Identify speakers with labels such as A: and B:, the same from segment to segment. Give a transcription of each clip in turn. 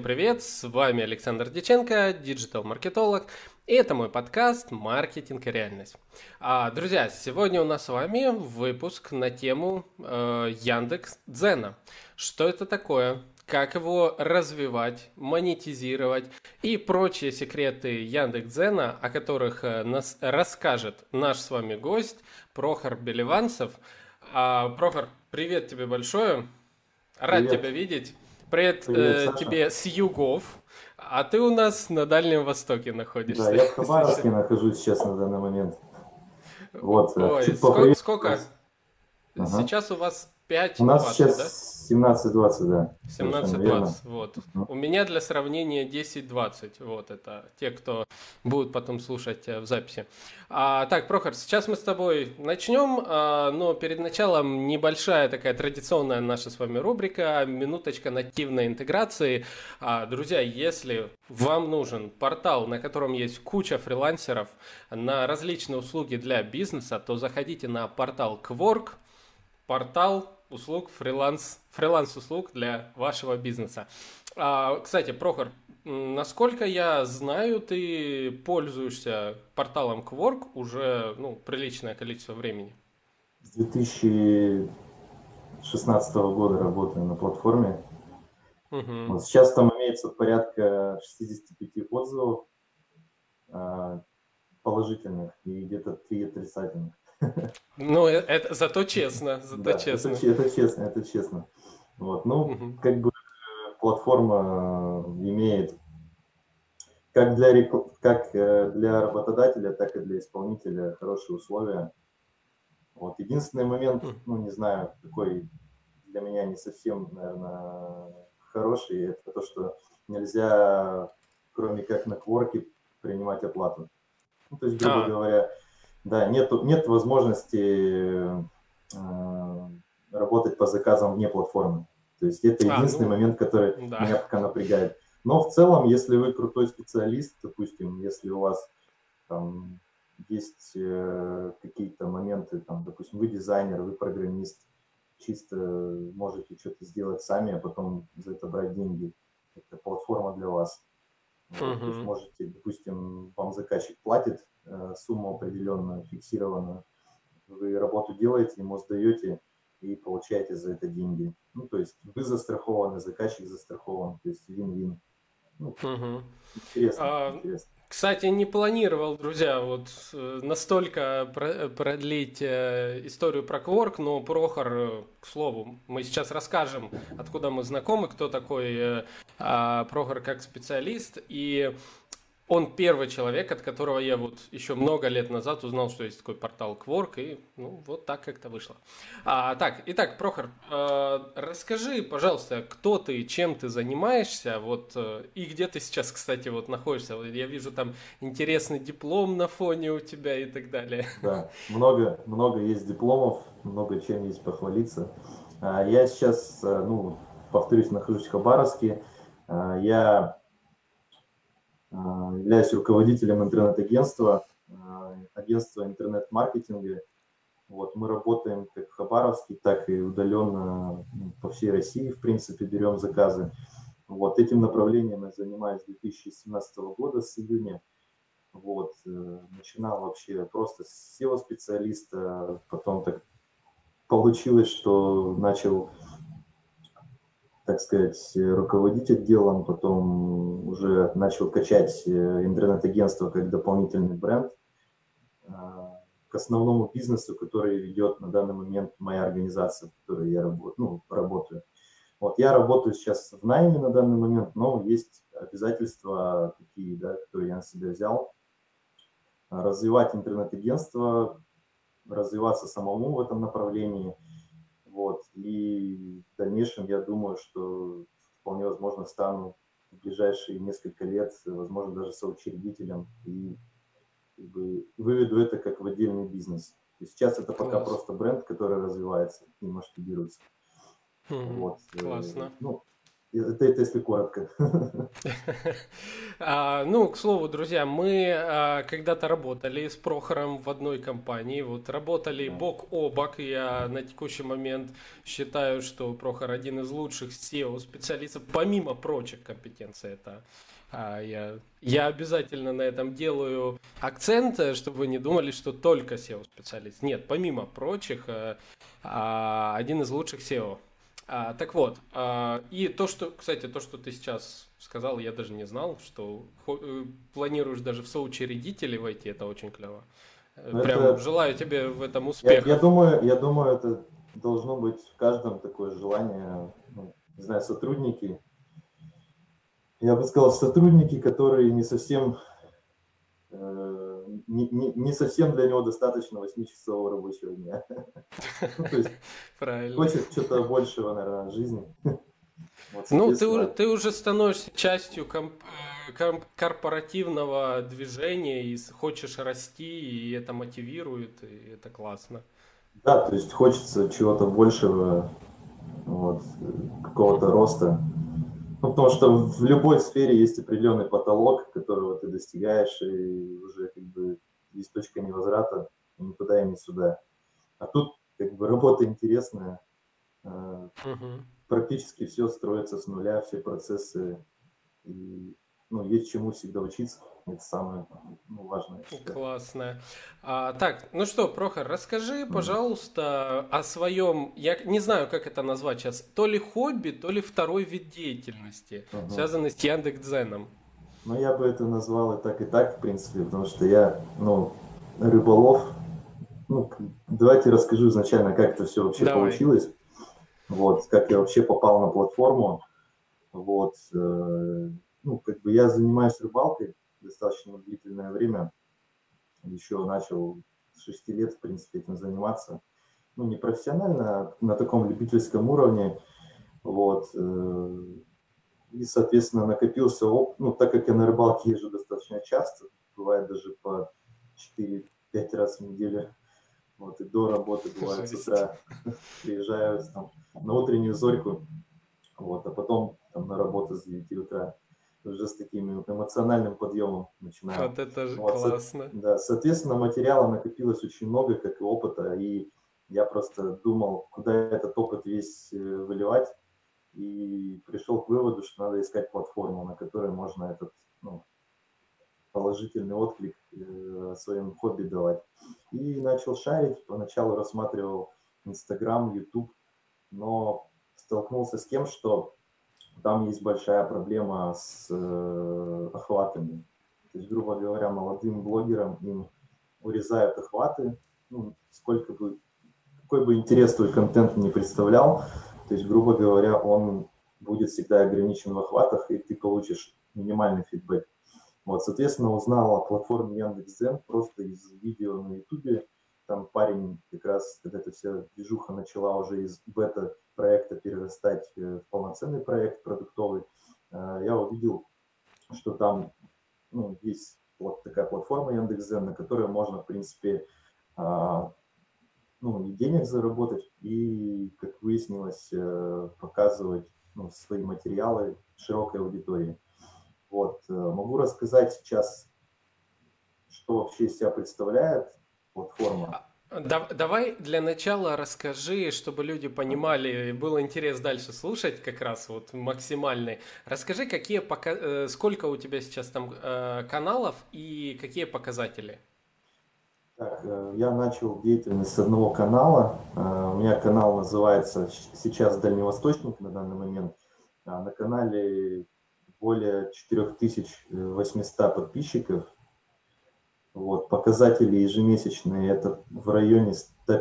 A: Привет, с вами Александр Дьяченко, диджитал-маркетолог, и это мой подкаст «Маркетинг и реальность». Друзья, сегодня у нас с вами выпуск на тему Яндекс.Дзена. Что это такое, как его развивать, монетизировать и прочие секреты Яндекс.Дзена, о которых нас расскажет наш с вами гость Прохор Беливанцев. Прохор, привет тебе большое, рад тебя
B: Привет,
A: видеть. Привет
B: привет, Саша.
A: тебе с югов, а ты у нас на Дальнем Востоке
B: Да,
A: находишься
B: я в
A: сейчас.
B: Хабаровске нахожусь сейчас на данный момент. Вот,
A: Ой,
B: хочу
A: сколько?
B: поприветствовать. Ага.
A: Сейчас у вас
B: У нас
A: 5:20, да?
B: сейчас 17:20, да, совершенно верно.
A: 17:20, вот.
B: Мгм.
A: У меня для сравнения 10:20, вот это те, кто будут потом слушать в записи. Так, Прохор, сейчас мы с тобой начнем, но перед началом небольшая такая традиционная наша с вами рубрика «Минуточка нативной интеграции». Друзья, если вам нужен портал, на котором есть куча фрилансеров на различные услуги для бизнеса, то заходите на портал Quark, портал услуг, фриланс-услуг для вашего бизнеса. Кстати, Прохор, насколько я знаю, ты пользуешься порталом Quark уже приличное количество времени.
B: С 2016 года работаю на платформе.
A: Мгм.
B: Вот сейчас там имеется порядка 65 отзывов а, положительных и где-то 3 отрицательных.
A: Ну, это зато честно, зато
B: Да,
A: честно.
B: это честно, это честно. Вот, ну,
A: Мгм.
B: как бы платформа имеет как для работодателя, так и для исполнителя хорошие условия. Вот. Единственный момент,
A: М.
B: ну, не знаю, такой для меня не совсем, наверное, хороший, это то, что нельзя, кроме как на кворке, принимать оплату. Ну, то есть, грубо
A: А,
B: говоря, да, нет возможности работать по заказам вне платформы. То есть это единственный
A: ну,
B: момент, который
A: да.
B: меня пока напрягает. Но в целом, если вы крутой специалист, допустим, если у вас там есть какие-то моменты, там, допустим, вы дизайнер, вы программист, чисто можете что-то сделать сами, а потом за это брать деньги. Это платформа для вас. Вот, то есть
A: Мгм.
B: можете, допустим, вам заказчик платит сумму определенную, фиксированную, вы работу делаете, ему сдаете и получаете за это деньги. Ну, то есть вы застрахованы, заказчик застрахован, то есть вин-вин. Ну,
A: Мгм.
B: интересно,
A: А,
B: интересно.
A: Кстати, не планировал, друзья, вот настолько продлить историю про Quark, но Прохор, к слову, мы сейчас расскажем, откуда мы знакомы, кто такой Прохор как специалист, и он первый человек, от которого я вот еще много лет назад узнал, что есть такой портал Quark, и вот так как-то вышло. Итак, Прохор, расскажи, пожалуйста, кто ты, чем ты занимаешься, вот, и где ты сейчас, кстати, вот находишься. Вот я вижу там интересный диплом на фоне у тебя и так далее.
B: Да, много есть дипломов, много чем есть похвалиться. Я сейчас, ну, повторюсь, нахожусь в Хабаровске. Я являюсь руководителем интернет-агентства, агентства интернет-маркетинга. Вот, мы работаем как в Хабаровске, так и удаленно по всей России, в принципе, берем заказы. Вот этим направлением я занимаюсь с 2017 года, с июня. Вот, начинал вообще просто с SEO-специалиста, потом так получилось, что начал, так сказать, руководить отделом, потом уже начал качать интернет-агентство как дополнительный бренд к основному бизнесу, который ведет на данный момент моя организация, в которой я работаю. Вот я работаю сейчас в найме на данный момент, но есть обязательства такие, да, которые я на себя взял. Развивать интернет-агентство, развиваться самому в этом направлении. Вот. И в дальнейшем я думаю, что вполне возможно стану в ближайшие несколько лет, возможно, даже соучредителем и как бы выведу это как в отдельный бизнес. И сейчас это пока
A: Класс.
B: просто бренд, который развивается и масштабируется.
A: Мгм.
B: Вот.
A: Классно.
B: Ну, Это если коротко.
A: Ну, к слову, друзья, мы когда-то работали с Прохором в одной компании, вот работали
B: Да.
A: бок о бок, и я на текущий момент считаю, что Прохор один из лучших SEO-специалистов, помимо прочих компетенций, я обязательно на этом делаю акцент, чтобы вы не думали, что только SEO-специалист. Нет, помимо прочих, один из лучших SEO. Так вот, и то, что, кстати, то, что ты сейчас сказал, я даже не знал, что планируешь даже в соучредители войти, это очень клево.
B: Но
A: Прям
B: это,
A: желаю тебе в этом
B: я
A: успехов.
B: думаю, это должно быть в каждом такое желание, ну, не знаю, сотрудники. Я бы сказал, сотрудники, которые не совсем, не совсем для него достаточно 8-часового рабочего дня. Ну, то есть
A: Правильно.
B: хочет что-то большего, наверное, от жизни. Вот,
A: Ну,
B: соответственно,
A: ты уже становишься частью корпоративного движения и хочешь расти, и это мотивирует, и это классно.
B: да, то есть хочется чего-то большего, вот, какого-то роста. Ну, потому что в любой сфере есть определенный потолок, которого ты достигаешь, и уже как бы есть точка невозврата ни туда и ни сюда. А тут как бы работа интересная,
A: Мгм.
B: практически все строится с нуля, все процессы, и ну, есть чему всегда учиться. Это самое ну, важное, я считаю.
A: Классно. Так, ну что, Прохор, расскажи,
B: Мгм.
A: пожалуйста, о своем, я не знаю, как это назвать сейчас, то ли хобби, то ли второй вид деятельности,
B: Мгм.
A: связанный с Яндекс.Дзеном.
B: Но я бы это назвал и так, в принципе, потому что я, ну, рыболов. Ну, давайте расскажу изначально, как это все вообще
A: Давай.
B: получилось. Вот, как я вообще попал на платформу. Вот, ну, как бы я занимаюсь рыбалкой достаточно длительное время. Еще начал с 6 лет, в принципе, этим заниматься. Ну, не профессионально, а на таком любительском уровне. Вот, и, соответственно, накопился опыт. Ну, так как я на рыбалке езжу достаточно часто, бывает даже по 4-5 раз в неделю. Вот, и до работы, бывает, с
A: Жесть.
B: утра приезжаю там, на утреннюю зорьку, вот, а потом там, на работу с 9 утра уже с таким эмоциональным подъемом начинаю.
A: Вот это же
B: Вот,
A: классно.
B: да, соответственно, материала накопилось очень много, как и опыта, и я просто думал, куда этот опыт весь выливать, и пришел к выводу, что надо искать платформу, на которой можно этот ну, положительный отклик своим хобби давать. И начал шарить, поначалу рассматривал Инстаграм, Ютуб, но столкнулся с тем, что там есть большая проблема с охватами. То есть, грубо говоря, молодым блогерам им урезают охваты, ну, сколько бы, какой бы интерес твой контент не представлял, то есть, грубо говоря, он будет всегда ограничен в охватах, и ты получишь минимальный фидбэк. Вот, соответственно, узнал о платформе Яндекс.Дзен просто из видео на Ютубе. Там парень как раз, когда эта вся движуха начала уже из бета-проекта перерастать в полноценный проект продуктовый, я увидел, что там ну, есть вот такая платформа Яндекс.Дзен, на которой можно, в принципе, ну, и денег заработать, и, как выяснилось, показывать ну, свои материалы широкой аудитории. Вот, могу рассказать сейчас, что вообще из себя представляет платформа.
A: Давай для начала расскажи, чтобы люди
B: Ага.
A: понимали, было интерес дальше слушать, как раз вот максимальный. Расскажи, сколько у тебя сейчас там каналов и какие показатели?
B: Так, я начал деятельность с одного канала. У меня канал называется сейчас Дальневосточник на данный момент. На канале более 4800 подписчиков. Вот, показатели ежемесячные это в районе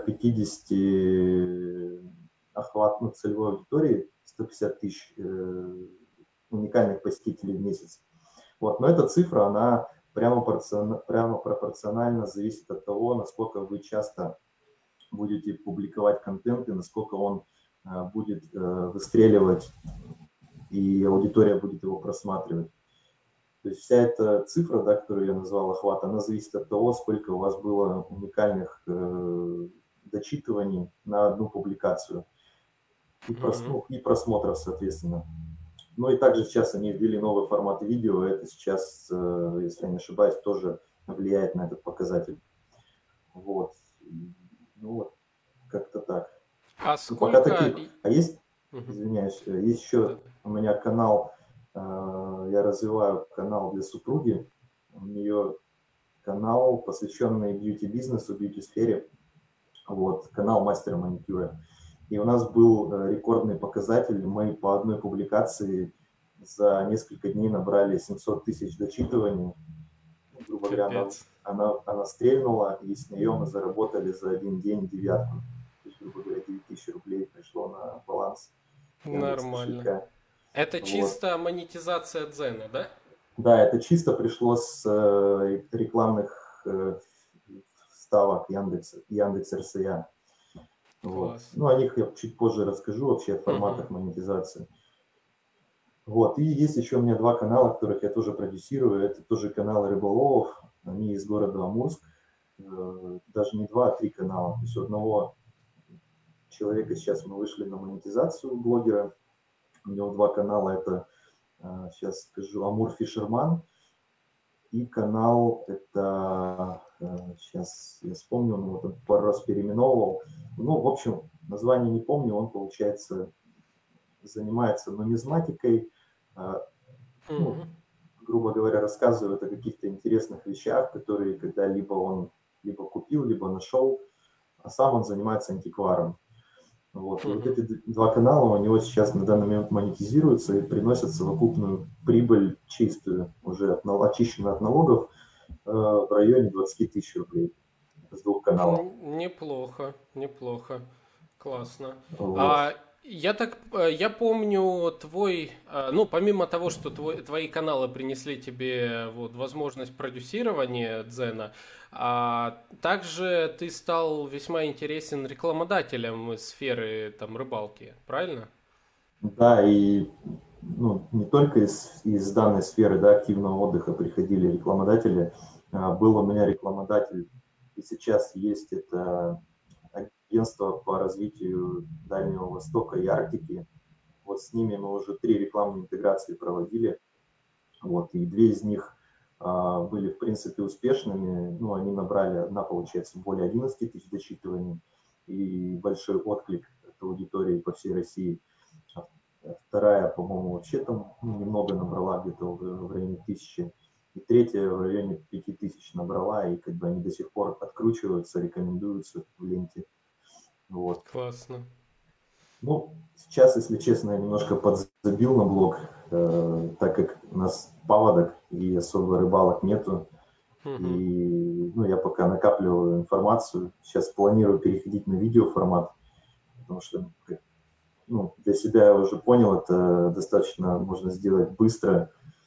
B: 150 охват ну, целевой аудитории, 150 тысяч уникальных посетителей в месяц. Вот, но эта цифра, она прямо пропорционально зависит от того, насколько вы часто будете публиковать контент и насколько он будет выстреливать и аудитория будет его просматривать. То есть вся эта цифра, да, которую я назвал охват, она зависит от того, сколько у вас было уникальных дочитываний на одну публикацию и,
A: Мгм.
B: и просмотров, соответственно. Ну и также сейчас они ввели новый формат видео, это сейчас, если я не ошибаюсь, тоже влияет на этот показатель. Вот. Ну вот, как-то так.
A: А
B: Ну, пока
A: сколько...
B: такие. А есть,
A: Мгм.
B: извиняюсь, есть еще
A: Да-да.
B: у меня канал, я развиваю канал для супруги. У нее канал, посвященный бьюти-бизнесу, бьюти-сфере. Вот, канал мастера маникюра. И у нас был рекордный показатель. Мы по одной публикации за несколько дней набрали 700 тысяч дочитываний. Ну, грубо говоря,
A: Капец.
B: она стрельнула, и с нее мы заработали за один день девятку. То есть, грубо говоря, 9 тысяч рублей пришло на баланс Яндекс
A: Нормально.
B: кошелька.
A: Это
B: Вот.
A: чисто монетизация Дзена, да?
B: Да, это чисто пришло с рекламных вставок Яндекс РСЯ. Вот.
A: Класс.
B: Ну, о них я чуть позже расскажу, вообще о
A: Мгм.
B: форматах монетизации. Вот. И есть еще у меня два канала, которых я тоже продюсирую. Это тоже каналы рыболовов. Они из города Амурск. Даже не два, а три канала. То есть у одного человека сейчас мы вышли на монетизацию блогера. У него два канала. Это, сейчас скажу, Амур Фишерман. И канал, это, сейчас я вспомню, он его пару раз переименовывал. Ну, в общем, название не помню, он, получается, занимается нумизматикой, ну,
A: Мгм.
B: грубо говоря, рассказывает о каких-то интересных вещах, которые когда-либо он либо купил, либо нашел, а сам он занимается антикваром. Вот. И вот
A: Мгм.
B: эти два канала у него сейчас на данный момент монетизируются и приносят совокупную прибыль чистую, уже очищенную от налогов, в районе 20 тысяч рублей с двух каналов.
A: Неплохо, неплохо. Классно.
B: Вот.
A: А я помню твой, ну, помимо того, что твои каналы принесли тебе вот возможность продюсирования Дзена, также ты стал весьма интересен рекламодателем из сферы там рыбалки, правильно?
B: Да, и ну, не только из данной сферы, да, активного отдыха приходили рекламодатели. Был у меня рекламодатель, и сейчас есть это агентство по развитию Дальнего Востока и Арктики. Вот с ними мы уже 3 рекламные интеграции проводили. Вот, и 2 из них были, в принципе, успешными. Ну, они набрали, одна, получается, более 11 тысяч дочитываний и большой отклик от аудитории по всей России. Вторая, по-моему, вообще там немного набрала, где-то в районе 1000. И третья в районе 5000 набрала, и как бы они до сих пор откручиваются, рекомендуются в ленте. Вот.
A: Классно.
B: Ну, сейчас, если честно, я немножко подзабил на блог, так как у нас паводок и особо рыбалок нету.
A: Мгм.
B: И ну, я пока накапливаю информацию. Сейчас планирую переходить на видеоформат, потому что ну, для себя я уже понял, это достаточно можно сделать быстро,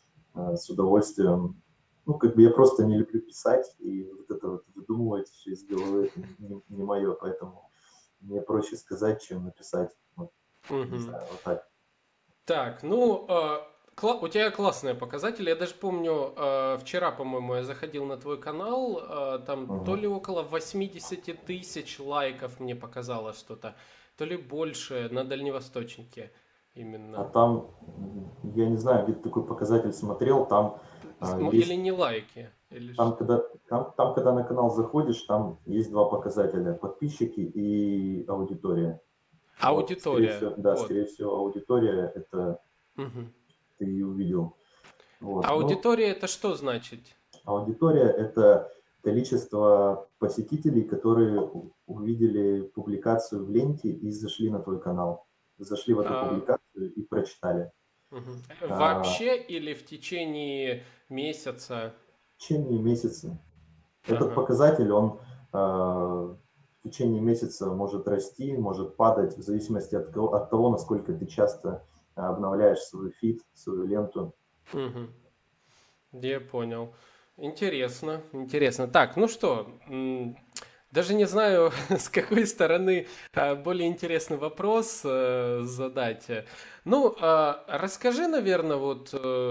B: с удовольствием. Ну, как бы я просто не люблю писать, и вот это вот выдумывать все из головы, это не мое, поэтому мне проще сказать, чем написать. Вот, не
A: Мгм.
B: знаю, вот так.
A: Так, ну, у тебя классные показатели. Я даже помню, вчера, по-моему, я заходил на твой канал, там то
B: Мгм.
A: ли около 80 000 лайков мне показалось что-то, то ли больше на Дальневосточнике
B: А
A: именно.
B: там, я не знаю, где ты такой показатель смотрел, там
A: Или
B: есть,
A: не лайки, или
B: там
A: что.
B: когда, когда на канал заходишь, там есть два показателя, подписчики и аудитория. Вот, скорее
A: Аудитория,
B: всего, да,
A: вот.
B: скорее всего, аудитория это
A: Мгм.
B: ты и увидел. Вот, ну,
A: Аудитория это что значит?
B: аудитория это количество посетителей, которые увидели публикацию в ленте и зашли на твой канал. Зашли в эту
A: А,
B: публикацию и прочитали.
A: мгм.
B: А,
A: Вообще или в течение месяца?
B: в течение месяца. Этот
A: Ага.
B: показатель, он в течение месяца может расти, может падать в зависимости от того, насколько ты часто обновляешь свой фид, свою ленту.
A: Мгм. Я понял. Интересно, интересно. Так, ну что, даже не знаю, с какой стороны более интересный вопрос задать. Ну, расскажи, наверное, вот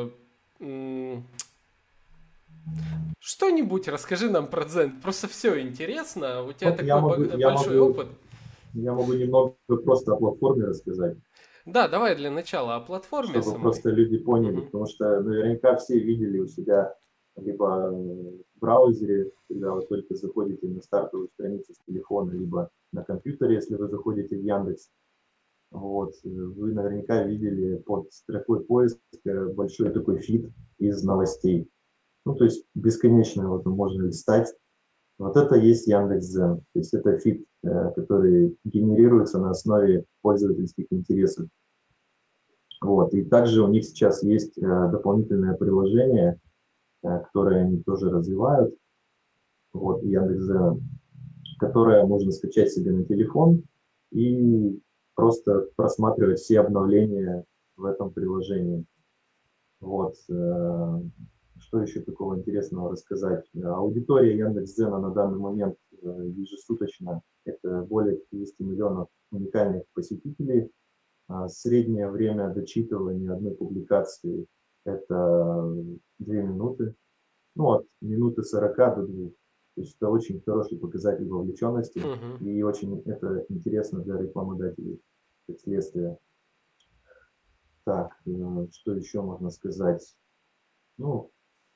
A: что-нибудь расскажи нам про дзен. Просто все интересно. У тебя
B: Ну,
A: такой большой опыт.
B: я могу немного просто о платформе рассказать.
A: Да, давай для начала о платформе
B: чтобы
A: самой.
B: просто люди поняли,
A: Мгм.
B: потому что наверняка все видели у себя либо в браузере, когда вы только заходите на стартовую страницу с телефона, либо на компьютере, если вы заходите в Яндекс. Вот, вы наверняка видели под строкой поиска большой такой фид из новостей. Ну, то есть бесконечно вот можно листать. Вот это есть Яндекс.Дзен. То есть это фид, который генерируется на основе пользовательских интересов. Вот. И также у них сейчас есть дополнительное приложение, которое они тоже развивают, вот, Яндекс.Дзен, которое можно скачать себе на телефон и просто просматривать все обновления в этом приложении. Вот. Что еще такого интересного рассказать? Аудитория Яндекс.Дзена на данный момент ежесуточно это более 50 миллионов уникальных посетителей. Среднее время дочитывания одной публикации это 2 минуты, ну, от минуты 40 до 2. То есть это очень хороший показатель вовлеченности
A: Мгм.
B: и очень это интересно для рекламодателей, как следствие. Так, что еще можно сказать? Ну,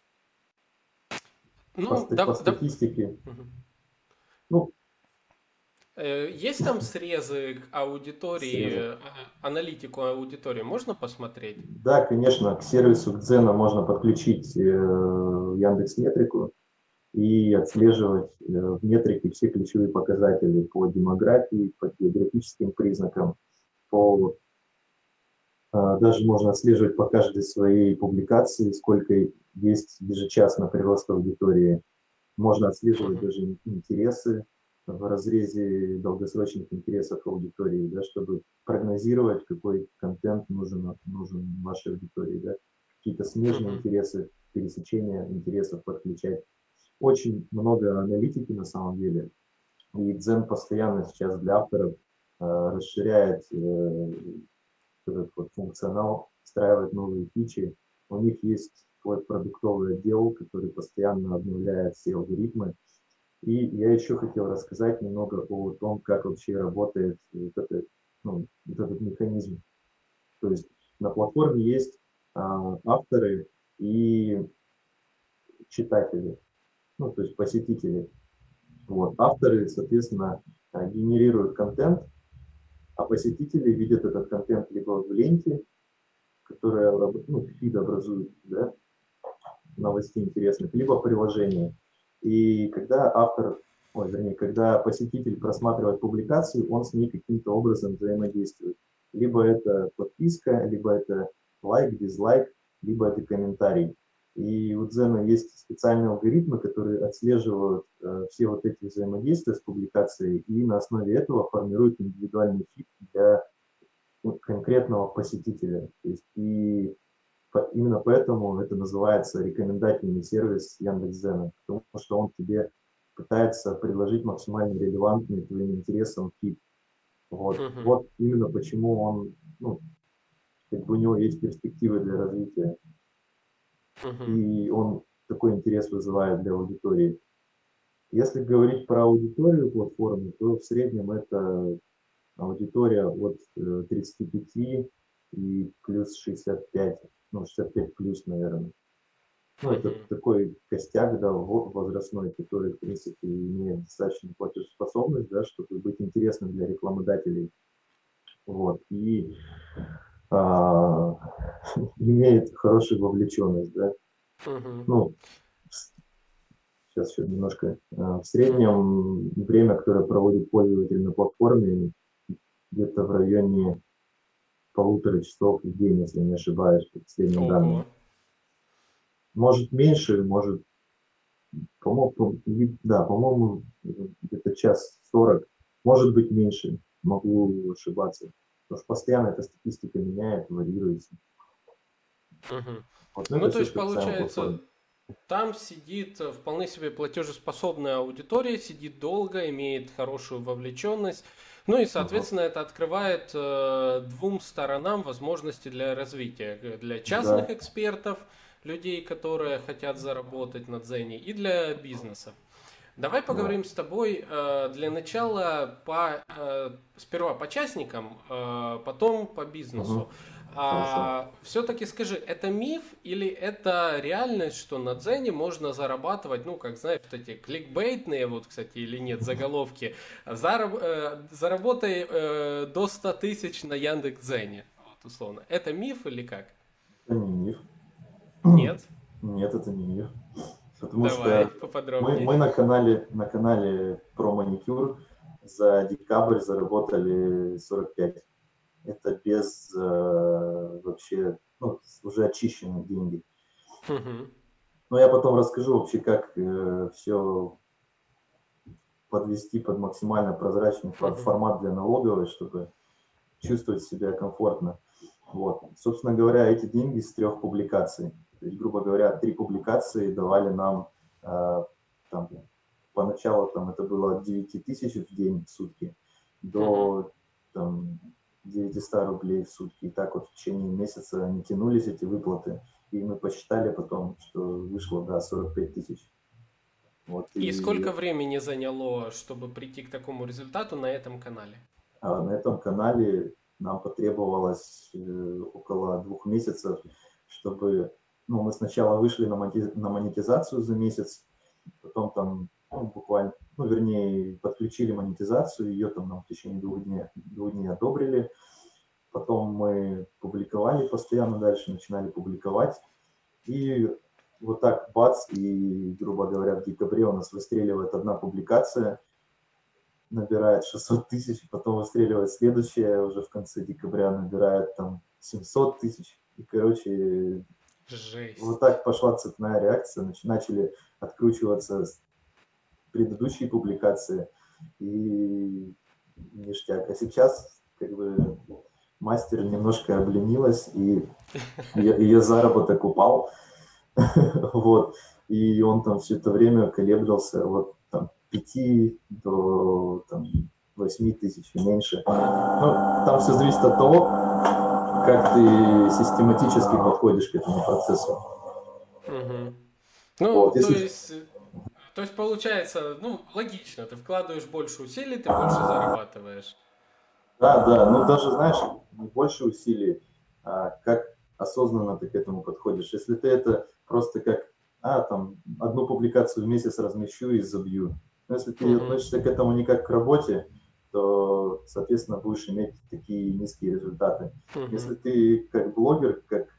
A: Ну,
B: по статистике,
A: Мгм.
B: ну,
A: Есть там срезы к
B: срезы.
A: аудитории, аналитику аудитории можно посмотреть?
B: Да, конечно, к сервису к Дзена можно подключить Яндекс Метрику и
A: Мгм.
B: отслеживать в метрике все ключевые показатели по демографии, по географическим признакам, по даже можно отслеживать по каждой своей публикации, сколько есть ежечасно прирост аудитории. Можно отслеживать
A: Мгм.
B: даже интересы в разрезе долгосрочных интересов аудитории, да, чтобы прогнозировать, какой контент нужен вашей аудитории. Да. Какие-то смежные
A: Мгм.
B: интересы, пересечения интересов подключать. Очень много аналитики на самом деле. И Дзен постоянно сейчас для авторов расширяет этот вот функционал, встраивать новые фичи. У них есть свой продуктовый отдел, который постоянно обновляет все алгоритмы. И я еще хотел рассказать немного о том, как вообще работает вот, вот этот механизм. То есть на платформе есть авторы и читатели, ну, то есть посетители. Вот. Авторы, соответственно, генерируют контент, а посетители видят этот контент либо в ленте, которая ну, фид образует, да, новостей интересных, либо приложение. И когда автор, ой, вернее, когда посетитель просматривает публикацию, он с ней каким-то образом взаимодействует. Либо это подписка, либо это лайк, дизлайк, либо это комментарий. И у Дзена есть специальные алгоритмы, которые отслеживают все вот эти взаимодействия с публикацией и на основе этого формируют индивидуальный фид для конкретного посетителя. То есть и именно поэтому это называется рекомендательный сервис Яндекс.Дзена, потому что он тебе пытается предложить максимально релевантный твоим интересам фид. Вот.
A: Мгм.
B: Вот именно почему он, ну, как бы у него есть перспективы для развития,
A: Мгм.
B: и он такой интерес вызывает для аудитории. Если говорить про аудиторию платформы, то в среднем это аудитория от 35 и плюс 65, ну 65 плюс, наверное. Ну, это
A: Мгм.
B: такой костяк, да, возрастной, который, в принципе, имеет достаточно платежеспособность, да, чтобы быть интересным для рекламодателей. Вот. И а, имеет хорошую вовлеченность, да.
A: Мгм.
B: Ну, сейчас еще немножко. В
A: Мгм.
B: среднем время, которое проводит пользователь на платформе, где-то в районе 1,5 часов в день, если не ошибаюсь, по последним данным.
A: Ого.
B: Может меньше, может, по-моему, да, по-моему, где-то 1 час 40, может быть меньше, могу ошибаться. Потому что постоянно эта статистика меняет, варьируется.
A: Мгм.
B: Вот, но
A: Ну,
B: это
A: то
B: все
A: есть,
B: что касаемо
A: получается,
B: платформы.
A: там сидит вполне себе платежеспособная аудитория, сидит долго, имеет хорошую вовлеченность. Ну и,
B: Ага.
A: соответственно, это открывает двум сторонам возможности для развития. Для частных
B: Да,
A: экспертов, людей, которые хотят заработать на Дзене, и для бизнеса. Давай
B: Вот.
A: поговорим с тобой для начала сперва по частникам, потом по бизнесу.
B: Мгм. Хорошо.
A: Все-таки скажи, это миф или это реальность, что на Дзене можно зарабатывать, ну, как знаешь, вот эти кликбейтные, вот, кстати, или нет, заголовки, заработай до 100 тысяч на Яндекс.Дзене, вот, условно. Это миф или как?
B: Это не миф.
A: Нет?
B: Нет, это не миф. Потому
A: Давай
B: что мы
A: поподробнее.
B: на канале про маникюр за декабрь заработали 45. Это без вообще, ну, уже очищенные деньги.
A: Мгм.
B: Но я потом расскажу вообще, как все подвести под максимально прозрачный
A: Мгм.
B: формат для налоговой, чтобы чувствовать себя комфортно. Вот. Собственно говоря, эти деньги с 3 публикаций. То есть, грубо говоря, 3 публикации давали нам там, поначалу там, это было от 9 тысяч в день в сутки
A: Мгм.
B: до там, 900 рублей в сутки. И так вот в течение месяца они тянулись, эти выплаты. И мы посчитали потом, что вышло, да, 45 тысяч. Вот,
A: И
B: и
A: сколько времени заняло, чтобы прийти к такому результату на этом канале?
B: на этом канале нам потребовалось около 2 месяцев, чтобы, ну, мы сначала вышли на монетизацию за месяц, потом там, ну, буквально, ну, вернее, подключили монетизацию, ее там нам в течение 2 дней одобрили, потом мы публиковали постоянно дальше, начинали публиковать, и вот так бац, и, грубо говоря, в декабре у нас выстреливает одна публикация, набирает 600 тысяч, потом выстреливает следующая, уже в конце декабря набирает там 700 тысяч. И, короче, вот
A: Жесть.
B: так пошла цепная реакция, начали откручиваться предыдущие публикации, и ништяк. А сейчас, как бы, мастер немножко обленилась, и ее заработок упал, вот, и он там все это время колеблился вот там 5 до там, 8 тысяч и меньше. Ну, там все зависит от того, как ты систематически подходишь к этому процессу.
A: Мгм. Ну,
B: Вот,
A: то
B: если...
A: есть, то есть получается, ну, логично, ты вкладываешь больше усилий, ты больше зарабатываешь.
B: Да, да, ну даже, знаешь, не больше усилий, а как осознанно ты к этому подходишь. Если ты это просто как, там, одну публикацию в месяц размещу и забью. Но если ты
A: Мгм.
B: относишься к этому не как к работе, то, соответственно, будешь иметь такие низкие результаты. Если
A: Мгм.
B: ты как блогер, как,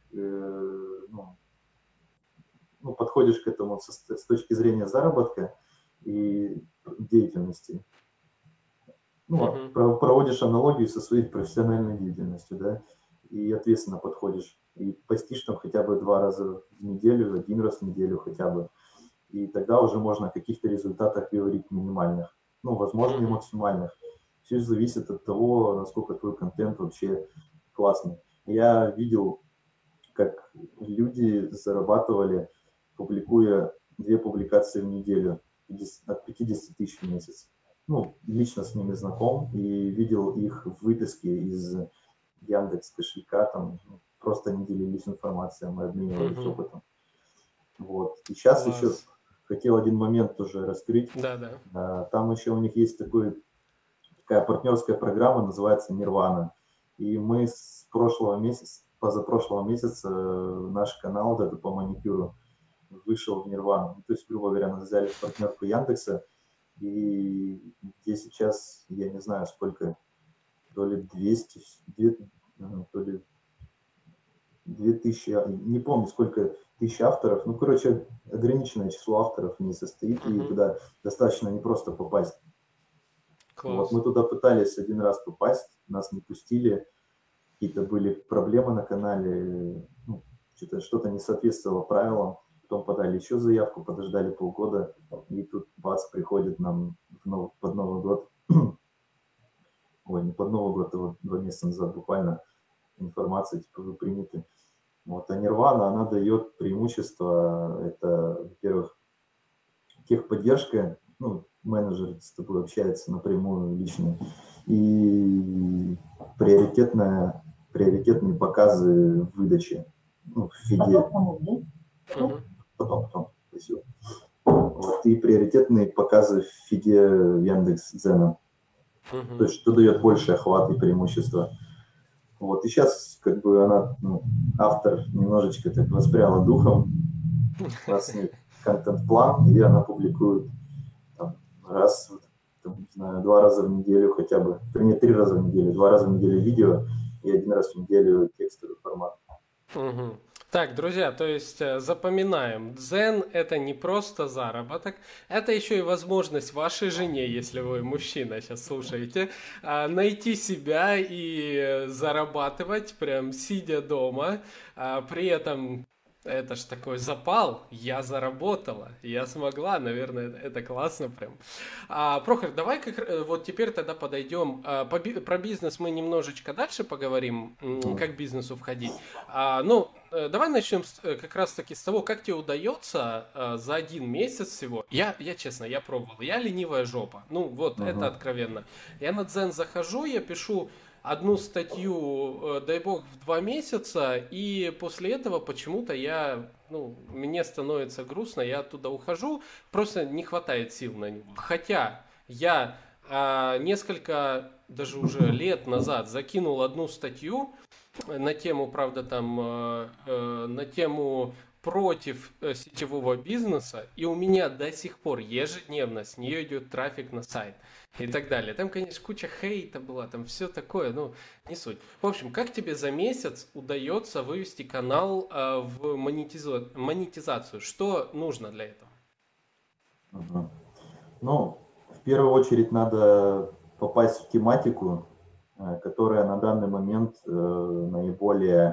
B: ну, подходишь к этому с точки зрения заработка и деятельности, ну,
A: Мгм.
B: проводишь аналогию со своей профессиональной деятельностью, да, и ответственно подходишь, и постишь там хотя бы 2 раза в неделю, 1 раз в неделю хотя бы, и тогда уже можно о каких-то результатах говорить минимальных, ну, возможно, и
A: Мгм.
B: максимальных. Все зависит от того, насколько твой контент вообще классный. Я видел, как люди зарабатывали, публикуя 2 публикации в неделю, от 50 тысяч в месяц. Ну, лично с ними знаком и видел их выписки из Яндекс кошелька, там просто они делились информацией, мы обменивались
A: Мгм.
B: опытом. Вот. И сейчас еще
A: Класс.
B: хотел один момент тоже раскрыть.
A: Да, да.
B: Там еще у них есть такая партнерская программа, называется Нирвана. И мы с прошлого месяца, позапрошлого месяца наш канал вот это по маникюру вышел в Нирвану. Ну, то есть, грубо говоря, нас взяли в партнерку Яндекса, и где сейчас, я не знаю, сколько, то ли 200, то ли 2000, не помню, сколько тысяч авторов. Ну, короче, ограниченное число авторов не состоит, и
A: Мгм.
B: туда достаточно не просто попасть. Вот, мы
A: Класс.
B: туда пытались 1 раз попасть, нас не пустили, какие-то были проблемы на канале, ну, что-то не соответствовало правилам, потом подали еще заявку, подождали полгода, и тут бац, приходит нам под Новый год, ой, не под Новый год, а вот 2 месяца назад буквально информация, типа, вы приняты. Вот, а Нирвана, она дает преимущество, это, во-первых, техподдержка, ну, менеджер с тобой общается напрямую лично, и приоритетные показы в выдаче, ну, в фиде.
A: Мгм.
B: Потом, спасибо. Вот. и приоритетные показы в фиде Яндекс.Дзена. То есть, что дает больше охват и преимущества. Вот, и сейчас, как бы, она, автор немножечко так воспряла духом, у нас есть контент-план, и она публикует там, раз, там, не знаю, 2 раза в неделю хотя бы, не 3 раза в неделю, 2 раза в неделю видео и 1 раз в неделю текстовый формат.
A: Угу. Так, друзья, то есть запоминаем, Дзен это не просто заработок, это еще и возможность вашей жене, если вы мужчина сейчас слушаете, найти себя и зарабатывать, прям сидя дома, при этом это ж такой запал, я заработала, я смогла, наверное, это классно прям. Прохор, давай вот теперь тогда подойдем, про бизнес мы немножечко дальше поговорим, как бизнесу входить. Давай начнем как раз таки с того, как тебе удается за 1 месяц всего. Я честно, я пробовал, я ленивая жопа, это откровенно. Я на Дзен захожу, я пишу 1 статью, дай бог, в 2 месяца, и после этого почему-то мне становится грустно, я оттуда ухожу, просто не хватает сил на него. Хотя я несколько, даже уже лет назад закинул 1 статью на тему, правда, там, на тему против сетевого бизнеса, и у меня до сих пор ежедневно с нее идет трафик на сайт и так далее. Там, конечно, куча хейта была, там все такое, не суть. В общем, как тебе за месяц удается вывести канал в монетизацию? Что нужно для этого?
B: В первую очередь надо попасть в тематику, которая на данный момент наиболее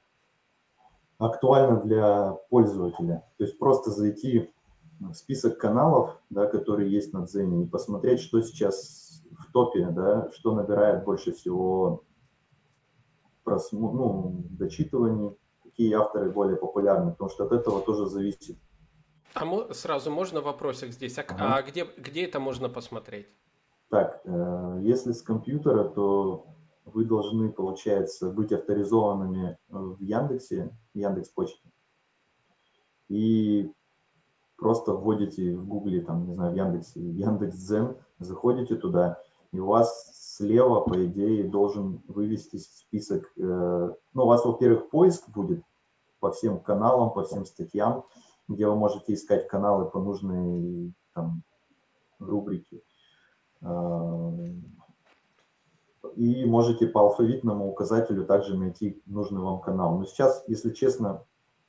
B: актуальна для пользователя. То есть просто зайти в список каналов, да, которые есть на Дзене, и посмотреть, что сейчас в топе, да, что набирает больше всего дочитываний, какие авторы более популярны, потому что от этого тоже зависит.
A: Сразу можно вопросик здесь? Где это можно посмотреть?
B: Так, если с компьютера, то вы должны, получается, быть авторизованными в Яндексе, Яндекс.Почте, и просто вводите в Гугле, там, не знаю, в Яндексе, Яндекс.Дзен, заходите туда, и у вас слева, по идее, должен вывести список, у вас, во-первых, поиск будет по всем каналам, по всем статьям, где вы можете искать каналы по нужной там рубрике. И можете по алфавитному указателю также найти нужный вам канал. Но сейчас, если честно,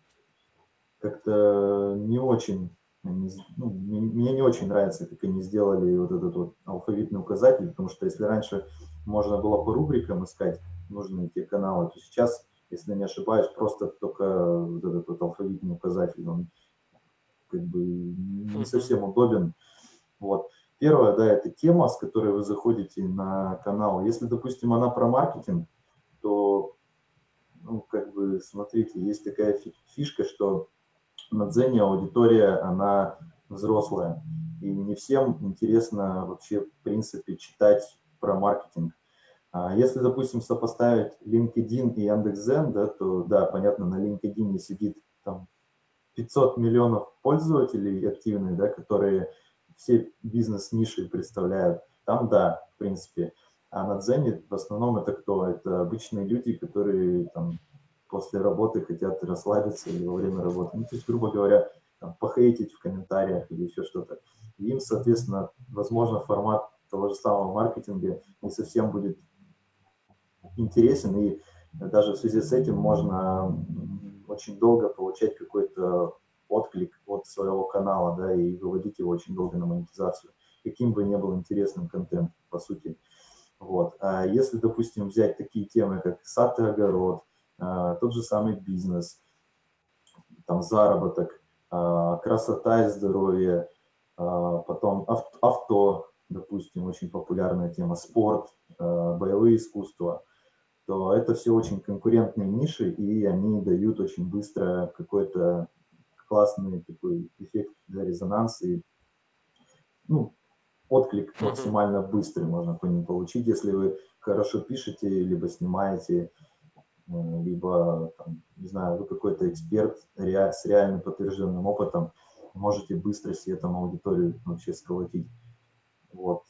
B: как-то не очень, мне не очень нравится, как они сделали вот этот вот алфавитный указатель, потому что если раньше можно было по рубрикам искать нужные те каналы, то сейчас, если не ошибаюсь, просто только вот этот вот алфавитный указатель, он как бы не совсем удобен. Вот. Первое, да, это тема, с которой вы заходите на канал. Если, допустим, она про маркетинг, то, смотрите, есть такая фишка, что на Дзене аудитория, она взрослая. И не всем интересно вообще, в принципе, читать про маркетинг. Если, допустим, сопоставить LinkedIn и Яндекс.Дзен, да, то, да, понятно, на LinkedIn сидит там 500 миллионов пользователей активных, да, которые все бизнес-ниши представляют. Там, да, в принципе. А на Дзене в основном это кто? Это обычные люди, которые там после работы хотят расслабиться или во время работы. То есть, грубо говоря, там, похейтить в комментариях или еще что-то. И им, соответственно, возможно, формат того же самого маркетинга не совсем будет интересен. И даже в связи с этим можно очень долго получать какой-то отклик от своего канала, да, и выводить его очень долго на монетизацию, каким бы ни был интересным контент, по сути. Вот. А если, допустим, взять такие темы, как сад и огород, тот же самый бизнес, там заработок, красота и здоровье, потом авто, допустим, очень популярная тема, спорт, боевые искусства, то это все очень конкурентные ниши, и они дают очень быстро какой-то классный такой эффект для резонанса, и отклик максимально быстрый можно по ним получить, если вы хорошо пишете, либо снимаете, либо, там, не знаю, вы какой-то эксперт с реально подтвержденным опытом, можете быстро себе там аудиторию вообще сколотить. Вот,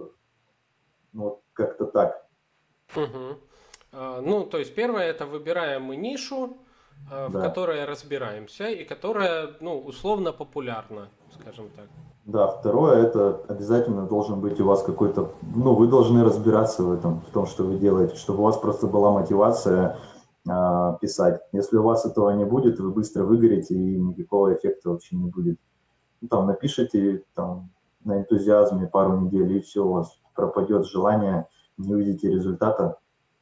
B: вот как-то так.
A: Мгм. Ну, то есть первое это выбираем мы нишу, в
B: Да.
A: которой разбираемся и которая, ну, условно популярна, скажем так.
B: Да, второе, это обязательно должен быть у вас какой-то, ну, вы должны разбираться в этом, в том, что вы делаете, чтобы у вас просто была мотивация писать. Если у вас этого не будет, вы быстро выгорите и никакого эффекта вообще не будет. Ну, там напишите там на энтузиазме пару недель, и все, у вас пропадет желание, не увидите результата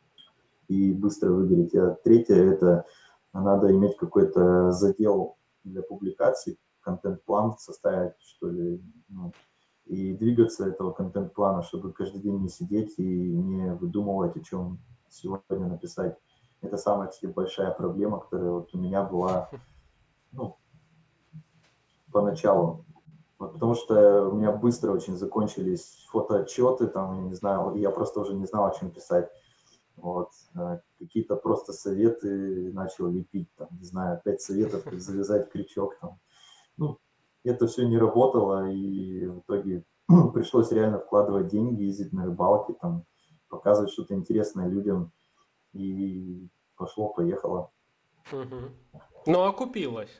B: и быстро выгорите. А третье, это надо иметь какой-то задел для публикаций, контент-план составить, что ли, ну, и двигаться этого контент-плана, чтобы каждый день не сидеть и не выдумывать, о чем сегодня написать. Это самая, кстати, большая проблема, которая вот у меня была, ну, поначалу. Вот, потому что у меня быстро очень закончились фотоотчеты, там, я не знаю, я просто уже не знал, о чем писать. Вот, какие-то просто советы начал лепить, там, не знаю, 5 советов, как завязать крючок, там. Ну, это все не работало, и в итоге пришлось реально вкладывать деньги, ездить на рыбалки, там, показывать что-то интересное людям, и пошло-поехало.
A: Мгм. Ну, окупилось.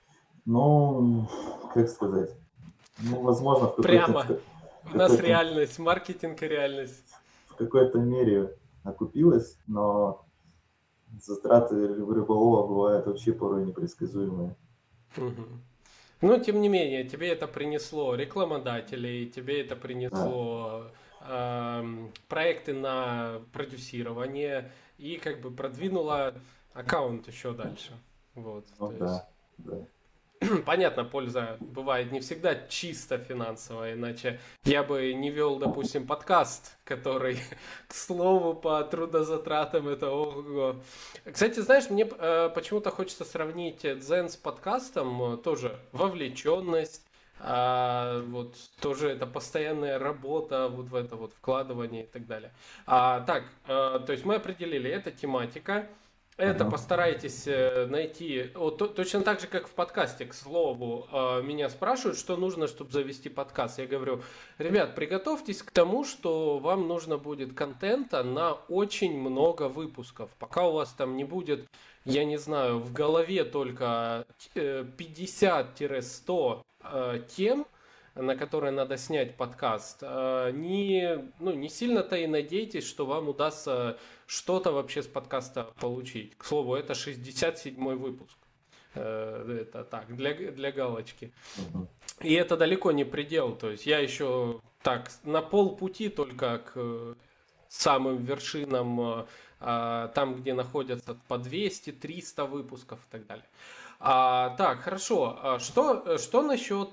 B: Ну, как сказать, ну, возможно,
A: Прямо.
B: в
A: У нас
B: какой-то,
A: реальность, маркетинг и реальность.
B: в какой-то мере окупилось, но затраты рыболова бывают вообще порой непредсказуемые.
A: Мгм. Но, тем не менее, тебе это принесло рекламодателей, тебе это
B: Да,
A: принесло проекты на продюсирование и как бы продвинуло аккаунт еще дальше. Вот,
B: ну
A: то есть
B: да, да.
A: понятно, польза бывает не всегда чисто финансовая, иначе я бы не вел, допустим, подкаст, который, к слову, по трудозатратам это ого. Кстати, знаешь, мне почему-то хочется сравнить Дзен с подкастом, тоже вовлеченность, вот тоже это постоянная работа, вот в это вот вкладывание и так далее. Так, то есть мы определили, это тематика. Это
B: Ага.
A: постарайтесь найти, вот, точно так же, как в подкасте, к слову, меня спрашивают, что нужно, чтобы завести подкаст. Я говорю, ребят, приготовьтесь к тому, что вам нужно будет контента на очень много выпусков. Пока у вас там не будет, я не знаю, в голове только 50-100 тем, на которые надо снять подкаст, не сильно-то и надейтесь, что вам удастся что-то вообще с подкаста получить. К слову, это 67-й выпуск. Это так, для галочки.
B: Мгм.
A: И это далеко не предел. То есть я еще так на полпути только к самым вершинам, там, где находятся по 200-300 выпусков и так далее. Так, хорошо. Что насчет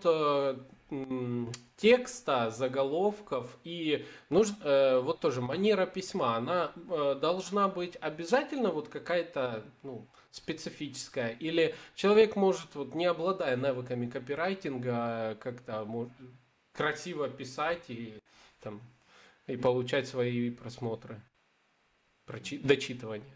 A: текста, заголовков и вот тоже манера письма, она должна быть обязательно вот какая-то, ну, специфическая, или человек может, вот не обладая навыками копирайтинга, как-то красиво писать и там и получать свои просмотры, дочитывание.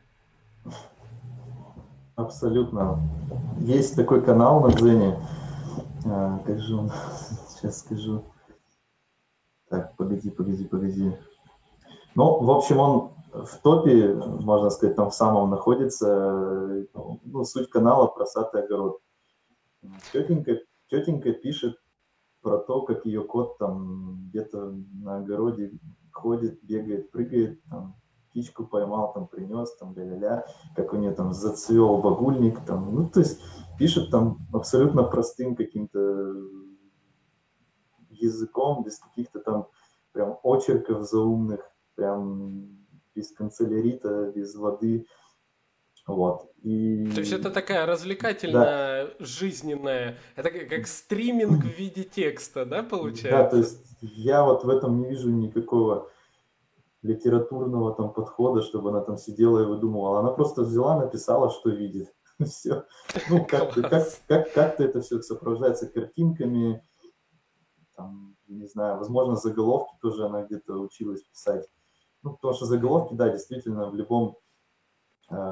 B: Абсолютно. Есть такой канал на Дзене. Как же он? Сейчас скажу. Так, погоди. Ну, в общем, он в топе, можно сказать, там в самом находится. Ну, суть канала «Просатый огород». Тетенька, тетенька пишет про то, как ее кот там где-то на огороде ходит, бегает, прыгает, там, птичку поймал, там, принес, там, ля-ля-ля, как у нее там зацвел багульник, там, ну, то есть пишет там абсолютно простым каким-то языком, без каких-то там прям очерков заумных, прям без канцелярита, без воды, вот,
A: То есть это
B: и
A: такая
B: да,
A: развлекательная, жизненная, это как стриминг в виде текста, да,
B: да, то
A: получается?
B: есть я вот в этом не вижу никакого литературного там подхода, чтобы она там сидела и выдумывала. Она просто взяла, написала, что видит. Все. Ну,
A: Класс.
B: как-то это все сопровождается картинками, там, не знаю, возможно, заголовки тоже она где-то училась писать. Ну, потому что заголовки, да, действительно, в любом,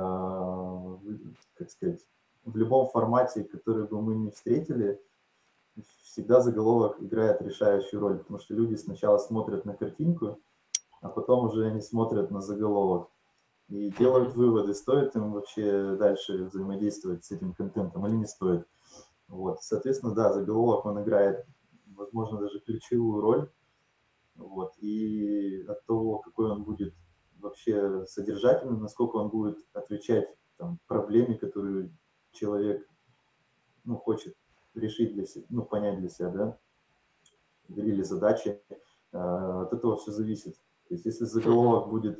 B: как сказать, в любом формате, который бы мы не встретили, всегда заголовок играет решающую роль, потому что люди сначала смотрят на картинку, а потом уже они смотрят на заголовок и делают выводы, стоит им вообще дальше взаимодействовать с этим контентом или не стоит. Вот. Соответственно, да, заголовок, он играет, возможно, даже ключевую роль. Вот. И от того, какой он будет вообще содержательным, насколько он будет отвечать там, проблеме, которую человек хочет решить для себя, понять для себя, да, или задачи, от этого все зависит. То есть если заголовок будет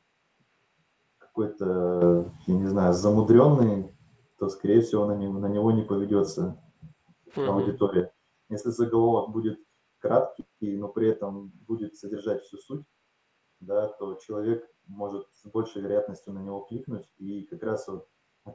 B: какой-то, я не знаю, замудренный, то, скорее всего, на него не поведется аудитория. Если заголовок будет краткий, но при этом будет содержать всю суть, да, то человек может с большей вероятностью на него кликнуть, и как раз вот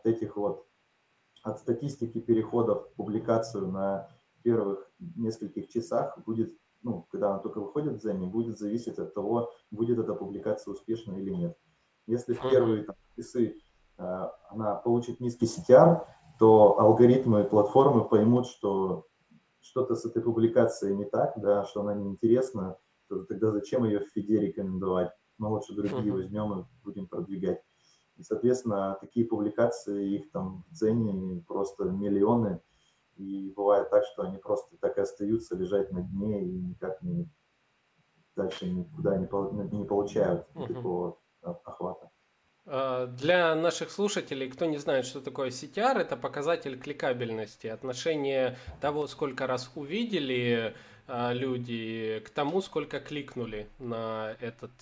B: от статистики переходов в публикацию на первых нескольких часах будет, когда она только выходит в Дзене, будет зависеть от того, будет эта публикация успешна или нет. Если в первые часы она получит низкий CTR, то алгоритмы платформы поймут, что что-то с этой публикацией не так, да, что она неинтересна, то тогда зачем ее в фиде рекомендовать? Мы лучше другие возьмем и будем продвигать. И, соответственно, такие публикации, их там в Дзене просто миллионы, и бывает так, что они просто так и остаются лежать на дне и никак дальше никуда не получают никакого охвата.
A: Для наших слушателей, кто не знает, что такое CTR, это показатель кликабельности, отношение того, сколько раз увидели люди, к тому, сколько кликнули на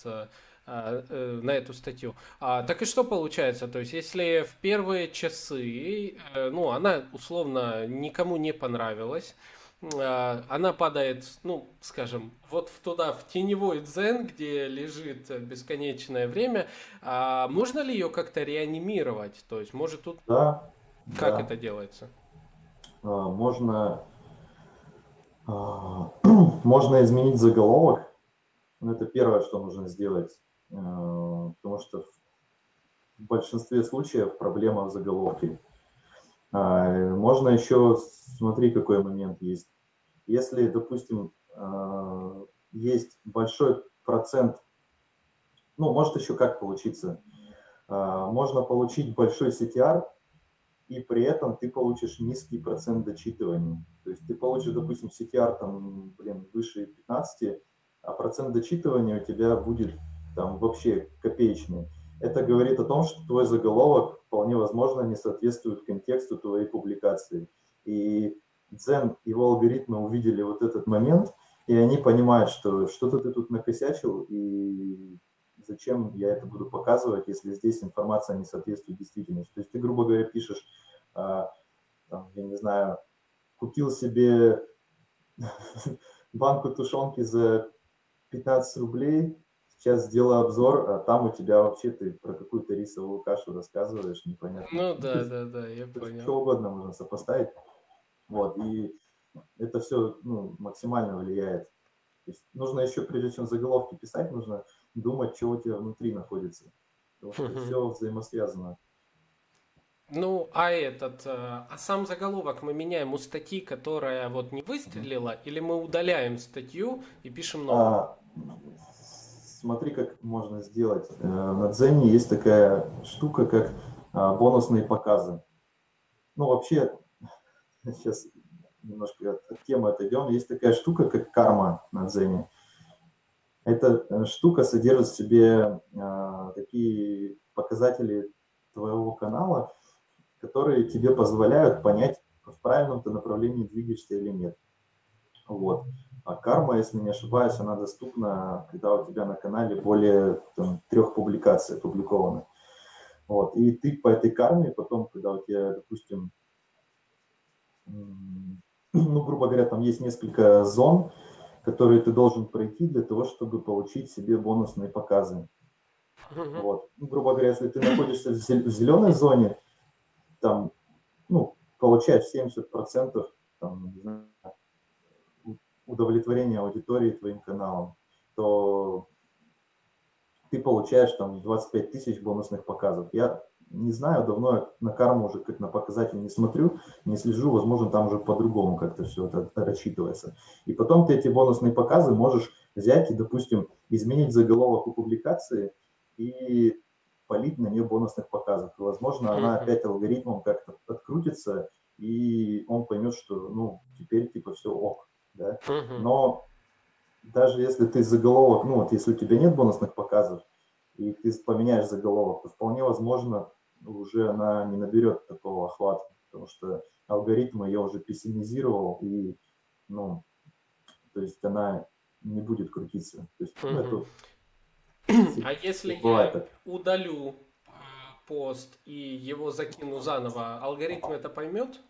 A: эту статью. Так и что получается? То есть, если в первые часы, она условно никому не понравилась, она падает, скажем, вот в теневой дзен, где лежит бесконечное время. Можно ли ее как-то реанимировать? То есть, может тут...
B: Да,
A: Как
B: да.
A: это делается?
B: Можно изменить заголовок. Это первое, что нужно сделать, потому что в большинстве случаев проблема в заголовке. Можно еще, смотри, какой момент есть. Если, допустим, есть большой процент, может еще как получиться. Можно получить большой CTR, и при этом ты получишь низкий процент дочитывания. То есть ты получишь, допустим, CTR выше 15, а процент дочитывания у тебя будет там вообще копеечный. Это говорит о том, что твой заголовок вполне возможно не соответствует контексту твоей публикации. И Дзен, его алгоритмы увидели вот этот момент, и они понимают, что что-то ты тут накосячил, и зачем я это буду показывать, если здесь информация не соответствует действительности. То есть ты, грубо говоря, пишешь, я не знаю, купил себе банку тушенки за 15 рублей, сейчас сделаю обзор, а там у тебя вообще ты про какую-то рисовую кашу рассказываешь, непонятно.
A: Да, я понял.
B: Что угодно можно сопоставить. Вот, и это все максимально влияет. То есть нужно еще, прежде чем заголовки писать, нужно думать, что у тебя внутри находится. Потому что все взаимосвязано.
A: А сам заголовок мы меняем у статьи, которая вот не выстрелила, или мы удаляем статью и пишем новую?
B: Смотри, как можно сделать. На Дзене есть такая штука, как бонусные показы. Вообще, сейчас немножко от темы отойдем. Есть такая штука, как карма на Дзене. Эта штука содержит в себе такие показатели твоего канала, которые тебе позволяют понять, в правильном ты направлении двигаешься или нет. Вот. А карма, если не ошибаюсь, она доступна, когда у тебя на канале более 3 публикаций опубликованы. Вот. И ты по этой карме потом, когда у тебя, допустим, грубо говоря, там есть несколько зон, которые ты должен пройти для того, чтобы получить себе бонусные показы. Вот. Грубо говоря, если ты находишься в зеленой зоне, там, получаешь 70% там, не знаю, удовлетворения аудитории твоим каналом, то ты получаешь там 25 тысяч бонусных показов. Я не знаю, давно я на карму уже как на показатель не смотрю, не слежу, возможно, там уже по-другому как-то все это рассчитывается. И потом ты эти бонусные показы можешь взять и, допустим, изменить заголовок у публикации и полить на нее бонусных показов. И, возможно, она
A: Мгм.
B: опять алгоритмом как-то открутится, и он поймет, что, ну, теперь типа все ок, да.
A: Мгм.
B: Но даже если ты заголовок, ну вот если у тебя нет бонусных показов, и ты поменяешь заголовок, то вполне возможно уже она не наберет такого охвата, потому что алгоритм ее уже пессимизировал, и, ну, то есть она не будет крутиться. То есть, ну,
A: Мгм.
B: это
A: А если
B: бывает
A: я
B: так.
A: удалю пост и его закину заново, алгоритм это поймет?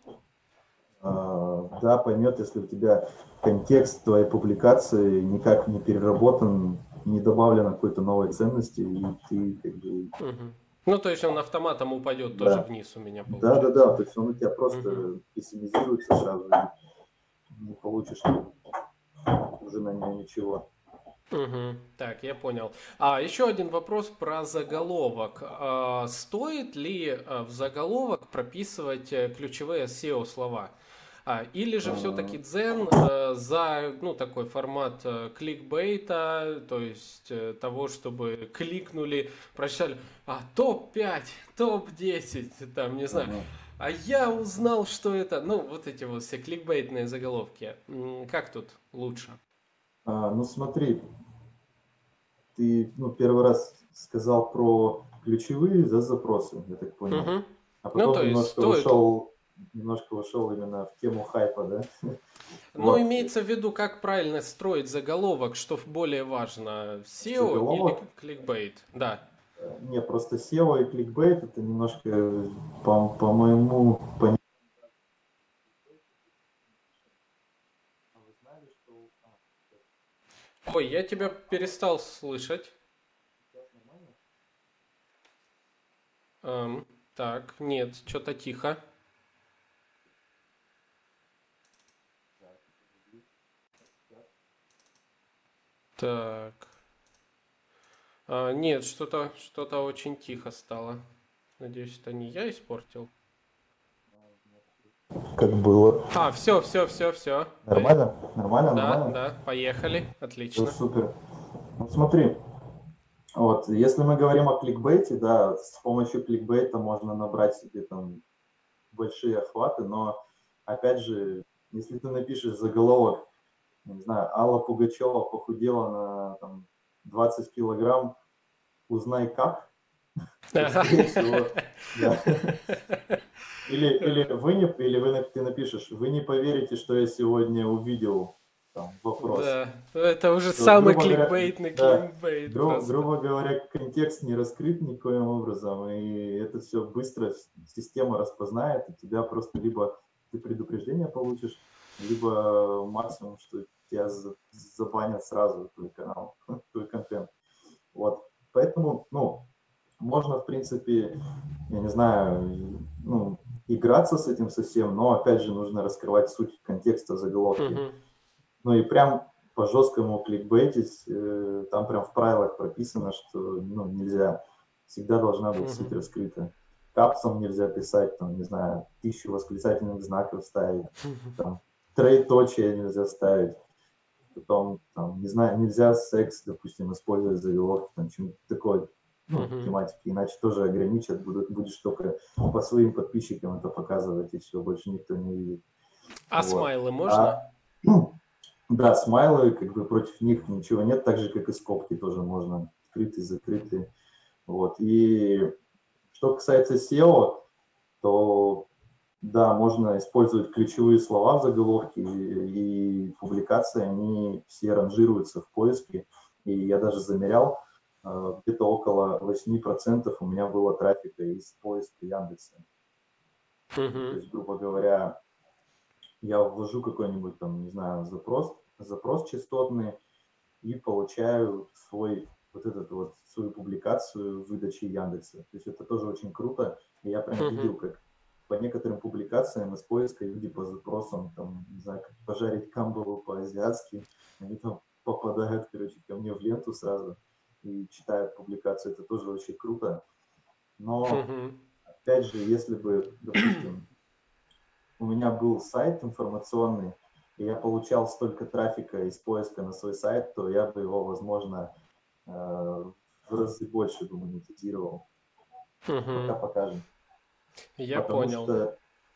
B: Да, поймет, если у тебя контекст твоей публикации никак не переработан, не добавлено какой-то новой ценности, и ты как бы,
A: Мгм. Ну, то есть он автоматом упадет тоже
B: да,
A: вниз у меня,
B: да, да,
A: получается.
B: да, то есть он у тебя
A: Мгм.
B: просто пессимизируется сразу, и не получишь уже на нее ничего.
A: Мгм. Так, я понял. А еще один вопрос про заголовок. Стоит ли в заголовок прописывать ключевые SEO слова? Или же все-таки
B: А,
A: Дзен за ну, такой формат кликбейта, то есть того, чтобы кликнули, прочитали топ-5, топ-10, там, не знаю.
B: ага.
A: А я узнал, что это. Ну, вот эти вот все кликбейтные заголовки. Как тут лучше?
B: Ну смотри, ты ну, первый раз сказал про ключевые, да, запросы, я так понял.
A: Мгм.
B: А
A: Ну,
B: потом
A: то есть стоит...
B: немножко ушел именно в тему хайпа, да?
A: Но
B: Вот,
A: имеется в виду, как правильно строить заголовок, что более важно, SEO или
B: заголовок.
A: кликбейт? Да.
B: Не, просто SEO и кликбейт это немножко, по моему пониманию, вы знали, что...
A: Ой, я тебя перестал слышать.
B: Сейчас нормально?
A: Так, нет, что-то тихо.
B: Так, подожди. Сейчас.
A: Так. Нет, что-то очень тихо стало. Надеюсь, это не я испортил.
B: Как было?
A: Все.
B: Нормально? Нормально,
A: Да,
B: нормально?
A: да, поехали.
B: Все
A: Отлично.
B: супер. Вот смотри, вот, если мы говорим о кликбейте, да, с помощью кликбейта можно набрать себе там большие охваты, но, опять же, если ты напишешь заголовок, не знаю, Алла Пугачева похудела на там, 20 килограмм, узнай как, то, скорее всего, да. Ты напишешь, вы не поверите, что я сегодня увидел, там, вопрос.
A: Да, это уже
B: То,
A: самый
B: грубо говоря,
A: кликбейтный
B: да,
A: кликбейт просто.
B: грубо говоря, контекст не раскрыт никоим образом, и это все быстро система распознает, и тебя просто либо ты предупреждение получишь, либо максимум, что тебя забанят сразу твой канал, твой контент. Вот. Поэтому, ну, можно, в принципе, я не знаю, ну, играться с этим совсем, но, опять же, нужно раскрывать суть контекста заголовки.
A: Мгм.
B: Ну и прям по жесткому кликбейтить, там прям в правилах прописано, что ну, нельзя, всегда должна быть
A: Мгм.
B: суть раскрыта. Капсом нельзя писать, там, не знаю, 1000 восклицательных знаков ставить, там, троеточие нельзя ставить, потом, там, не знаю, нельзя секс, допустим, использовать в заголовке, там, чем-то такой, ну,
A: Мгм.
B: тематики, иначе тоже ограничат, будешь только по своим подписчикам это показывать, и все, больше никто не увидит.
A: А
B: Вот.
A: смайлы можно?
B: А да, смайлы, как бы против них ничего нет, так же, как и скобки тоже можно, открытые, закрытые. Вот. И что касается SEO, то да, можно использовать ключевые слова в заголовке, и публикации, они все ранжируются в поиске. И я даже замерял, где-то около 8% у меня было трафика из поиска Яндекса. То
A: Мгм.
B: есть, грубо говоря, я ввожу какой-нибудь там, не знаю, запрос частотный, и получаю вот этот вот свою публикацию в выдаче Яндекса. То есть это тоже очень круто. И я прям
A: Мгм.
B: видел, как по некоторым публикациям из поиска люди по запросам, там, не знаю, как пожарить камбалу по-азиатски, они там попадают, короче, ко мне в ленту сразу и читают публикацию. Это тоже очень круто. Но
A: Мгм.
B: опять же, если бы, допустим, у меня был сайт информационный, и я получал столько трафика из поиска на свой сайт, то я бы его, возможно, в разы больше бы монетизировал. Пока
A: Мгм.
B: покажем.
A: Я
B: Потому
A: понял.
B: что,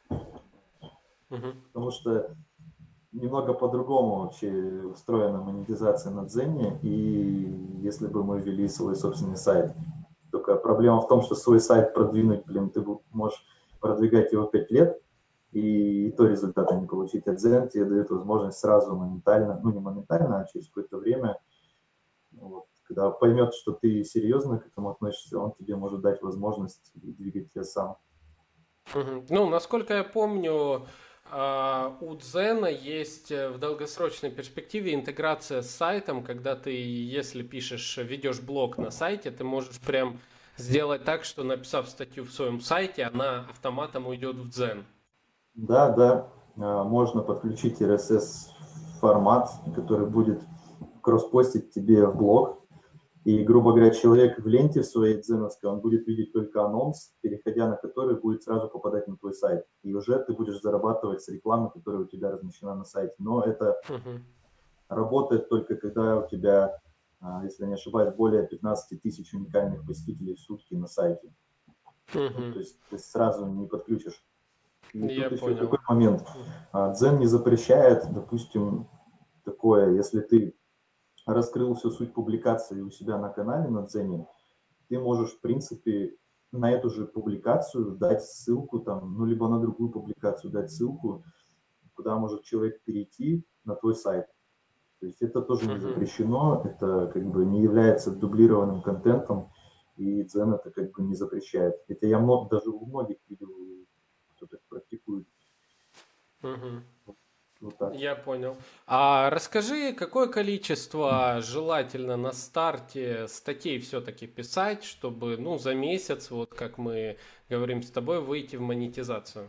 A: Мгм.
B: потому что немного по-другому вообще устроена монетизация на Дзене, и если бы мы ввели свой собственный сайт. Только проблема в том, что свой сайт продвинуть, блин, ты можешь продвигать его 5 лет, и то результата не получить. А Дзен тебе дает возможность сразу моментально, ну не моментально, а через какое-то время, вот, когда поймет, что ты серьезно к этому относишься, он тебе может дать возможность двигать тебя сам.
A: Мгм. Ну, насколько я помню, у Дзена есть в долгосрочной перспективе интеграция с сайтом, когда ты, если пишешь, ведешь блог на сайте, ты можешь прям сделать так, что написав статью в своем сайте, она автоматом уйдет в Дзен.
B: Да, да, можно подключить RSS формат, который будет кросспостить тебе в блог. И, грубо говоря, человек в ленте в своей дзеновской, он будет видеть только анонс, переходя на который будет сразу попадать на твой сайт. И уже ты будешь зарабатывать с рекламы, которая у тебя размещена на сайте. Но это
A: Мгм.
B: работает только когда у тебя, если я не ошибаюсь, более 15 тысяч уникальных посетителей в сутки на сайте. Ну,
A: Мгм.
B: то есть ты сразу не подключишь. И
A: Я
B: тут еще
A: понял.
B: какой момент. Дзен не запрещает, допустим, такое, если ты раскрыл всю суть публикации у себя на канале на Дзене, ты можешь, в принципе, на эту же публикацию дать ссылку, там, ну, либо на другую публикацию дать ссылку, куда может человек перейти на твой сайт. То есть это тоже не
A: Мгм.
B: запрещено, это как бы не является дублированным контентом, и Дзен это как бы не запрещает. Это я даже у многих видел, кто так практикует.
A: Мгм.
B: Вот так.
A: Я понял. А расскажи, какое количество желательно на старте статей все-таки писать, чтобы, ну, за месяц, вот как мы говорим с тобой, выйти в монетизацию?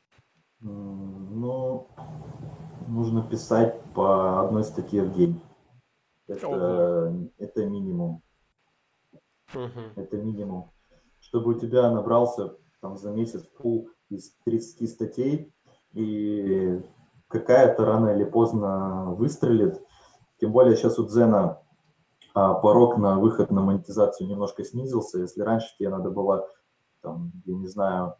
B: Ну, нужно писать по одной статье в день.
A: Ого.
B: Это минимум.
A: Мгм.
B: Это минимум. Чтобы у тебя набрался там за месяц пул из 30 статей, и какая-то рано или поздно выстрелит. Тем более сейчас у Дзена порог на выход на монетизацию немножко снизился. Если раньше тебе надо было, там, я не знаю,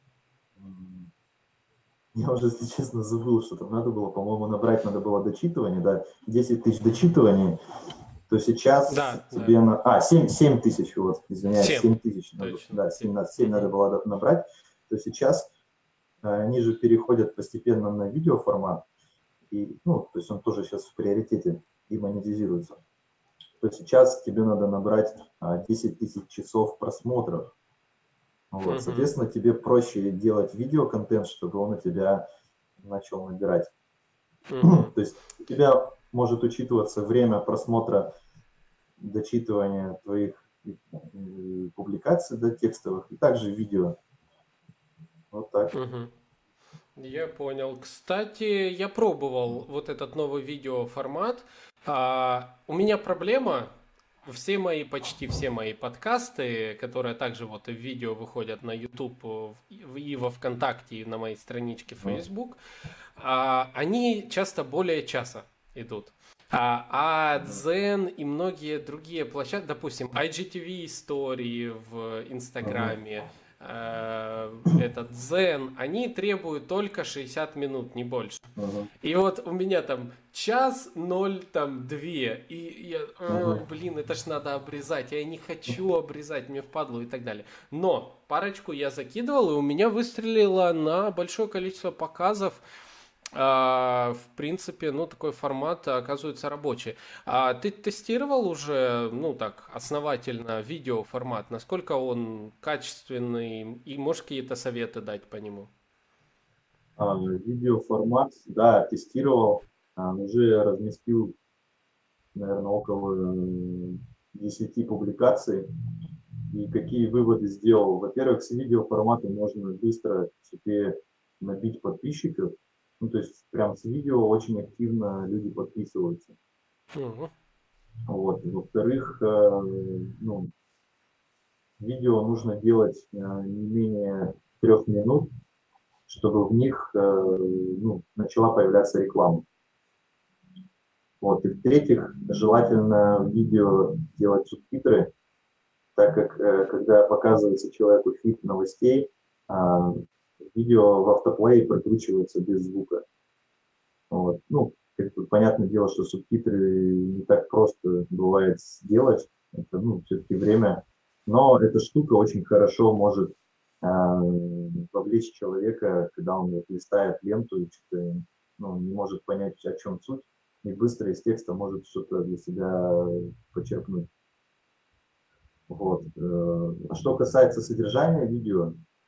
B: я уже, если честно, забыл, что там надо было, по-моему, набрать надо было дочитывание, да, 10 тысяч дочитываний, то сейчас
A: Да, да.
B: тебе на... 7 тысяч, вот, извиняюсь,
A: 7.
B: 7 тысяч надо,
A: Точно.
B: да,
A: 7.
B: 7 надо было набрать, то сейчас они же переходят постепенно на видеоформат, и, ну, то есть он тоже сейчас в приоритете и монетизируется. То сейчас тебе надо набрать 10 тысяч часов просмотров. Вот,
A: Мгм.
B: соответственно, тебе проще делать видеоконтент, чтобы он у тебя начал набирать.
A: Мгм.
B: То есть у тебя может учитываться время просмотра, дочитывания твоих публикаций, да, текстовых, и также видео. Вот так.
A: Мгм. Я понял. Кстати, я пробовал вот этот новый видеоформат. У меня проблема. Почти все мои подкасты, которые также вот и в видео выходят на YouTube и во ВКонтакте, и на моей страничке в
B: Ну,
A: Facebook, они часто более часа идут. Дзен и многие другие площадки, допустим, IGTV истории в
B: ага,
A: Инстаграме, этот Дзен, они требуют только 60 минут, не больше.
B: ага,
A: И вот у меня там час 0, там 2. И я,
B: ага.
A: блин, это ж надо обрезать. Я не хочу обрезать, мне впадло и так далее. Но парочку я закидывал, и у меня выстрелило на большое количество показов. В принципе, ну, такой формат оказывается рабочий. А ты тестировал уже, ну, так, основательно видеоформат? Насколько он качественный? И можешь какие-то советы дать по нему?
B: Видеоформат, да, тестировал, уже разместил, наверное, около 10 публикаций. И какие выводы сделал? Во-первых, с видеоформатом можно быстро себе набить подписчиков. Ну, то есть прям с видео очень активно люди подписываются.
A: Мгм.
B: Вот. Во-вторых, ну, видео нужно делать не менее 3 минут, чтобы в них начала появляться реклама. Вот. И в-третьих, желательно в видео делать субтитры, так как когда показывается человеку фид новостей, видео в автоплее прокручивается без звука. Вот. Ну, как бы, понятное дело, что субтитры не так просто бывает сделать. Это, все-таки время. Но эта штука очень хорошо может вовлечь человека, когда он вот листает ленту и что-то, не может понять, о чем суть, и быстро из текста может что-то для себя почерпнуть. Вот. А что касается содержания видео,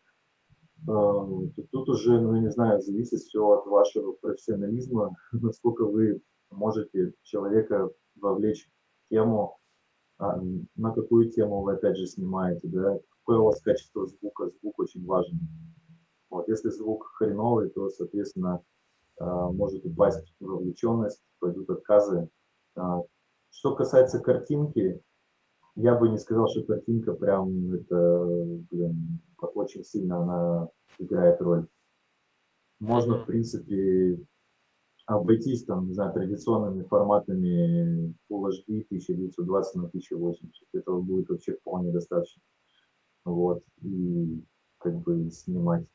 B: тут уже, не знаю, зависит все от вашего профессионализма, насколько вы можете человека вовлечь в тему, на какую тему вы опять же снимаете, да, какое у вас качество звука, звук очень важен. Вот, если звук хреновый, то, соответственно, может упасть вовлеченность, пойдут отказы. Что касается картинки, я бы не сказал, что картинка прям это, очень сильно она играет роль. Можно, в принципе, обойтись там, не знаю, традиционными форматами Full HD 1920 на 1080. Этого будет вообще вполне достаточно. Вот. И как бы снимать,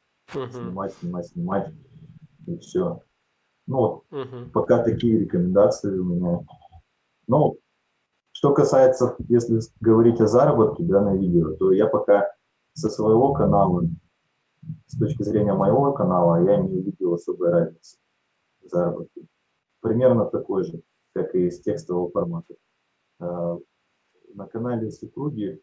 B: и все. Пока такие рекомендации у меня. Ну, что касается, если говорить о заработке, да, на видео, то я пока со своего канала, с точки зрения моего канала, я не увидел особой разницы в заработке. Примерно такой же, как и с текстового формата. На канале супруги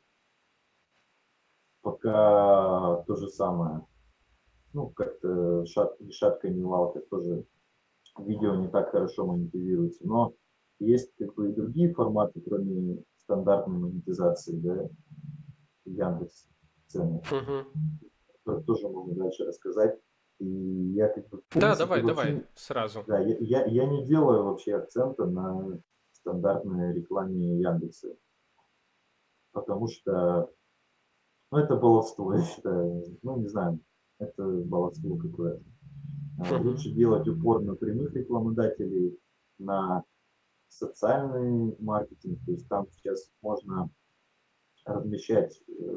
B: пока то же самое. Как-то ни шатка, ни валка, тоже видео не так хорошо монетизируется. Но есть как бы и другие форматы, кроме стандартной монетизации, да, Яндекс цены. Тоже могу дальше рассказать. И я как бы в принципе,
A: давай сразу.
B: Да, я не делаю вообще акцента на стандартной рекламе Яндекса, потому что, это баловство, я считаю. Не знаю, это баловство какое-то. Лучше делать упор на прямых рекламодателей, на социальный маркетинг, то есть там сейчас можно размещать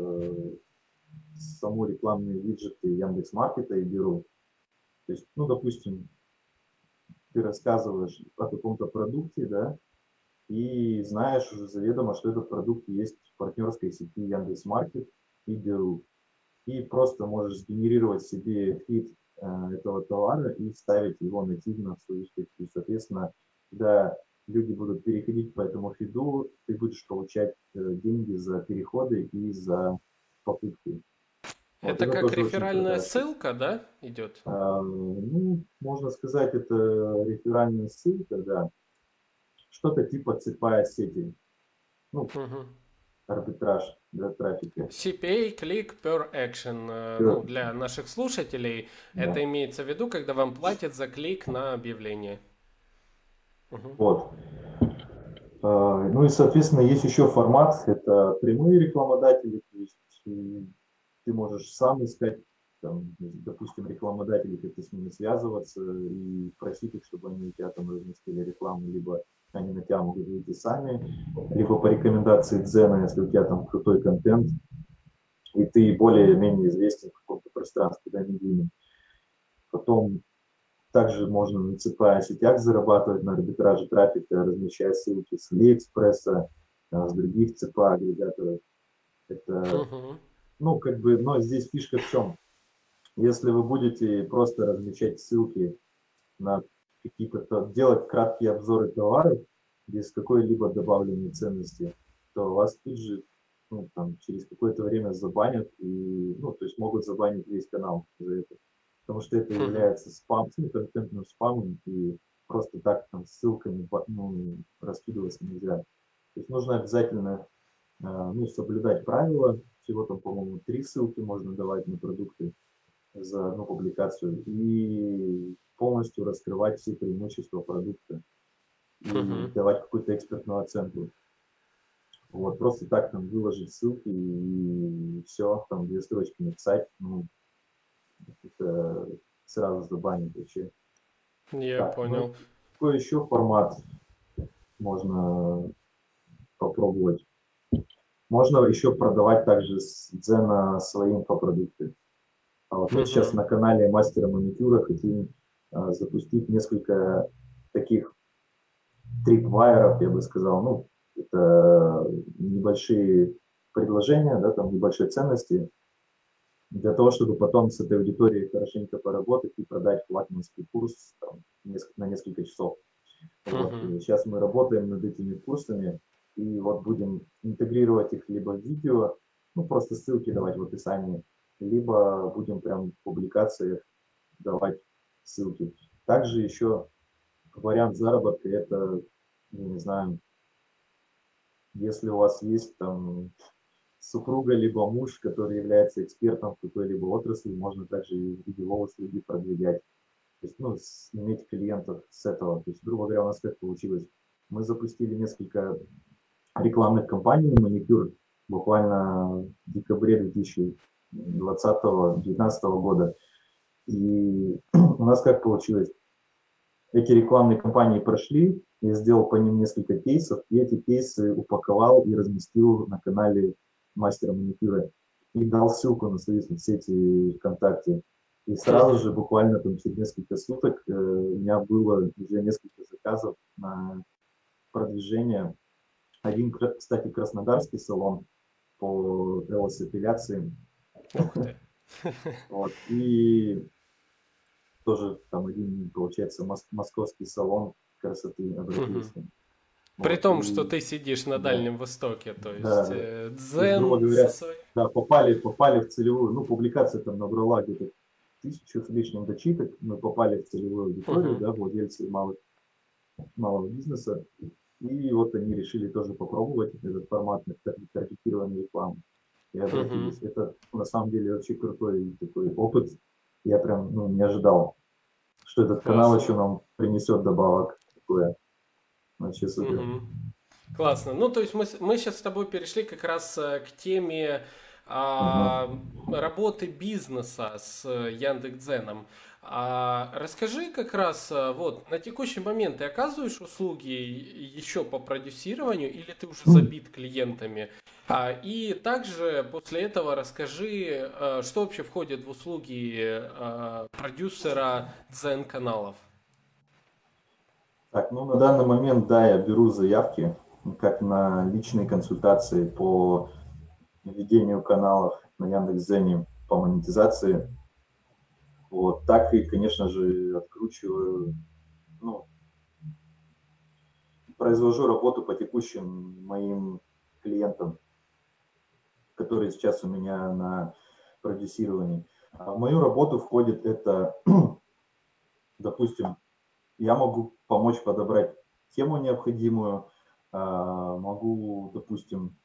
B: саму рекламные виджеты Яндекс.Маркета и Беру. То есть, допустим, ты рассказываешь о каком-то продукте, да, и знаешь уже заведомо, что этот продукт есть в партнерской сети Яндекс.Маркет и Беру. И просто можешь сгенерировать себе фид этого товара и ставить его нативно в свою статью. Соответственно, когда люди будут переходить по этому фиду, ты будешь получать деньги за переходы и за покупки.
A: Это как реферальная ссылка, да, идет?
B: Можно сказать, это реферальная ссылка, да. Что-то типа цепная сети. Арбитраж для трафика.
A: CPA, Click per Action. Для наших слушателей это имеется в виду, когда вам платят за клик на объявление.
B: Вот. И, соответственно, есть еще формат, это прямые рекламодатели, то есть ты можешь сам искать, допустим, рекламодателей, как-то с ними связываться и просить их, чтобы они у тебя там разместили рекламу, либо они на тебя могут выйти сами, либо по рекомендации Дзена, если у тебя там крутой контент, и ты более-менее известен в каком-то пространстве, да, медийном. Потом также можно на CPA сетях зарабатывать, на арбитраже трафика, размещая ссылки с Алиэкспресса, с других CPA агрегаторов. Это, но здесь фишка в чем? Если вы будете просто размещать ссылки на какие-то, делать краткие обзоры товаров без какой-либо добавленной ценности, то вас тут же, через какое-то время забанят и, то есть могут забанить весь канал за это. Потому что это является контентным спамом, и просто так ссылками раскидываться нельзя. То есть нужно обязательно соблюдать правила. Всего там, по-моему, 3 ссылки можно давать на продукты за одну публикацию и полностью раскрывать все преимущества продукта и давать какую-то экспертную оценку. Вот, просто так там выложить ссылки и все, там 2 строчки написать, ну, это сразу забанить вообще.
A: Я
B: Так, ну,
A: понял.
B: какой еще формат можно попробовать? Можно еще продавать также с Дзена свои инфопродукты. А вот мы сейчас
A: Мгм.
B: на канале Мастера маникюра хотим запустить несколько таких трипвайеров, я бы сказал. Ну, это небольшие предложения, да, там небольшой ценности, для того, чтобы потом с этой аудиторией хорошенько поработать и продать платинский курс там, на несколько часов. Вот.
A: Мгм.
B: И сейчас мы работаем над этими курсами, и вот будем интегрировать их либо в видео, ну просто ссылки давать в описании, либо будем прям в публикациях давать ссылки. Также еще вариант заработка, это, я не знаю, если у вас есть там супруга либо муж, который является экспертом в какой-либо отрасли, можно также и его услуги продвигать. То есть, ну, иметь клиентов с этого. То есть, грубо говоря, у нас как получилось. Мы запустили несколько рекламных кампаний на маникюр буквально в декабре 2020-2019 года. И у нас как получилось? Эти рекламные кампании прошли, я сделал по ним несколько кейсов, и эти кейсы упаковал и разместил на канале Мастера маникюра и дал ссылку на свои соцсети ВКонтакте. И сразу
A: Мгм.
B: же, буквально там через несколько суток, у меня было уже несколько заказов на продвижение. Один, кстати, краснодарский салон по элос-эпиляции.
A: Ух ты.
B: Вот, и тоже там один, получается, московский салон красоты обратился.
A: Мгм. При
B: Вот,
A: том, что
B: и
A: ты сидишь на
B: да,
A: Дальнем Востоке, то есть
B: да, да. То есть, грубо
A: дзен со
B: говоря,
A: своей...
B: да, попали в целевую, ну, публикация там набрала где-то 1000 с лишним дочиток, мы попали в целевую аудиторию,
A: Мгм.
B: да, владельцы малого бизнеса, и вот они решили тоже попробовать этот формат таргетированной рекламы и
A: Мгм.
B: обратились. Это на самом деле вообще крутой такой опыт. Я прям ну, не ожидал, что этот канал еще
A: Классно.
B: нам принесет добавок. Такое вообще супер.
A: Мгм. Классно. Ну, то есть мы сейчас с тобой перешли как раз к теме
B: Ага.
A: а, работы бизнеса с Яндекс.Дзеном. Расскажи как раз, вот, на текущий момент ты оказываешь услуги еще по продюсированию или ты уже забит клиентами? И также после этого расскажи, что вообще входит в услуги продюсера Дзен-каналов.
B: Так, ну на данный момент, да, я беру заявки как на личные консультации по ведению каналов на Яндекс.Дзене по монетизации. Вот, так и, конечно же, откручиваю, ну, произвожу работу по текущим моим клиентам, которые сейчас у меня на продюсировании. А в мою работу входит это, допустим, я могу помочь подобрать тему необходимую, могу, допустим,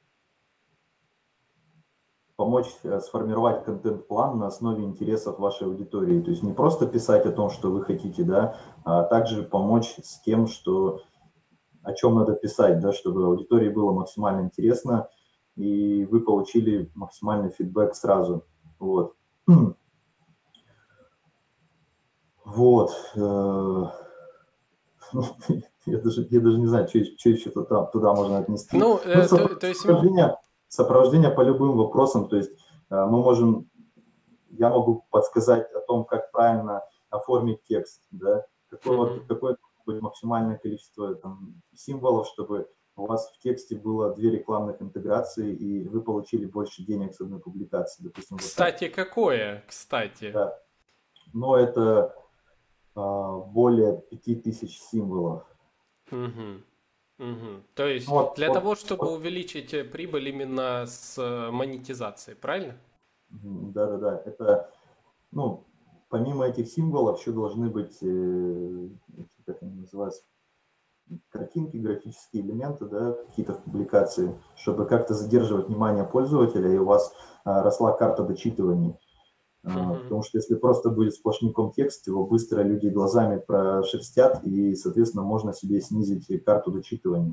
B: помочь сформировать контент-план на основе интересов вашей аудитории. То есть не просто писать о том, что вы хотите, да, а также помочь с тем, что о чем надо писать, да, чтобы аудитории было максимально интересно и вы получили максимальный фидбэк сразу. Вот. Вот. Я даже не знаю, что еще туда можно отнести.
A: Ну,
B: Ну,
A: то есть
B: сопровождение по любым вопросам, то есть мы можем, я могу подсказать о том, как правильно оформить текст, да,
A: Мгм.
B: какое будет максимальное количество там, символов, чтобы у вас в тексте было 2 рекламных интеграции, и вы получили больше денег с одной публикации, допустим, вот так.
A: Кстати, какое? Кстати.
B: Да. Но это более 5000 символов.
A: Мгм. Мгм. То есть
B: Вот,
A: для
B: вот,
A: того, чтобы
B: вот.
A: увеличить прибыль именно с монетизацией, правильно?
B: Да-да-да, это, ну, помимо этих символов еще должны быть, как они называются, картинки, графические элементы, да, какие-то в публикации, чтобы как-то задерживать внимание пользователя, и у вас росла карта дочитываний.
A: Мгм.
B: Потому что если просто будет сплошняком текст, его быстро люди глазами прошерстят, и, соответственно, можно себе снизить карту дочитываний.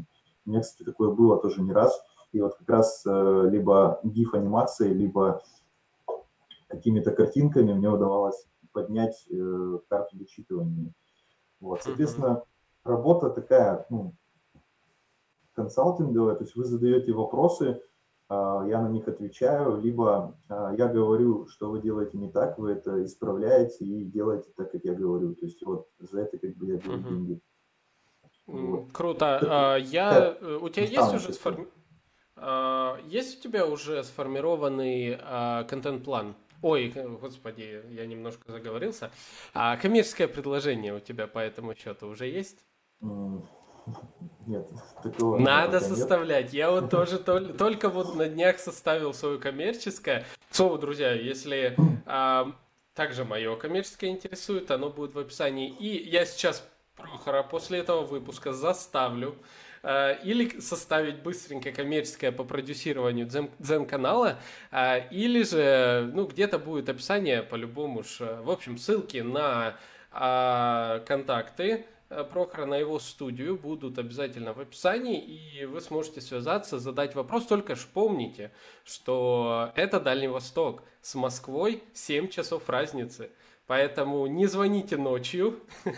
B: У меня, кстати, такое было тоже не раз. И вот как раз либо GIF-анимацией, либо какими-то картинками мне удавалось поднять карту дочитывания. Вот,
A: Мгм.
B: соответственно, работа такая, ну, консалтинговая, то есть вы задаете вопросы, я на них отвечаю, либо я говорю, что вы делаете не так, вы это исправляете и делаете так, как я говорю. То есть вот за это как бы я беру
A: Мгм.
B: деньги. Вот.
A: Круто.
B: Такая
A: У тебя есть
B: наставная
A: уже
B: такая.
A: есть у тебя уже сформированный контент-план? Ой, господи, я немножко заговорился. Коммерческое предложение у тебя по этому счету уже есть?
B: М, Нет, такого у меня
A: Надо
B: пока нет.
A: составлять. Я вот тоже только вот на днях составил свое коммерческое. К слову, друзья, если также мое коммерческое интересует, оно будет в описании. И я сейчас Прохора после этого выпуска заставлю или составить быстренько коммерческое по продюсированию Дзен-канала, или же, ну, где-то будет описание по-любому. В общем, ссылки на контакты Прохора, на его студию будут обязательно в описании, и вы сможете связаться, задать вопрос. Только ж помните, что это Дальний Восток. С Москвой 7 часов разницы. Поэтому не звоните ночью.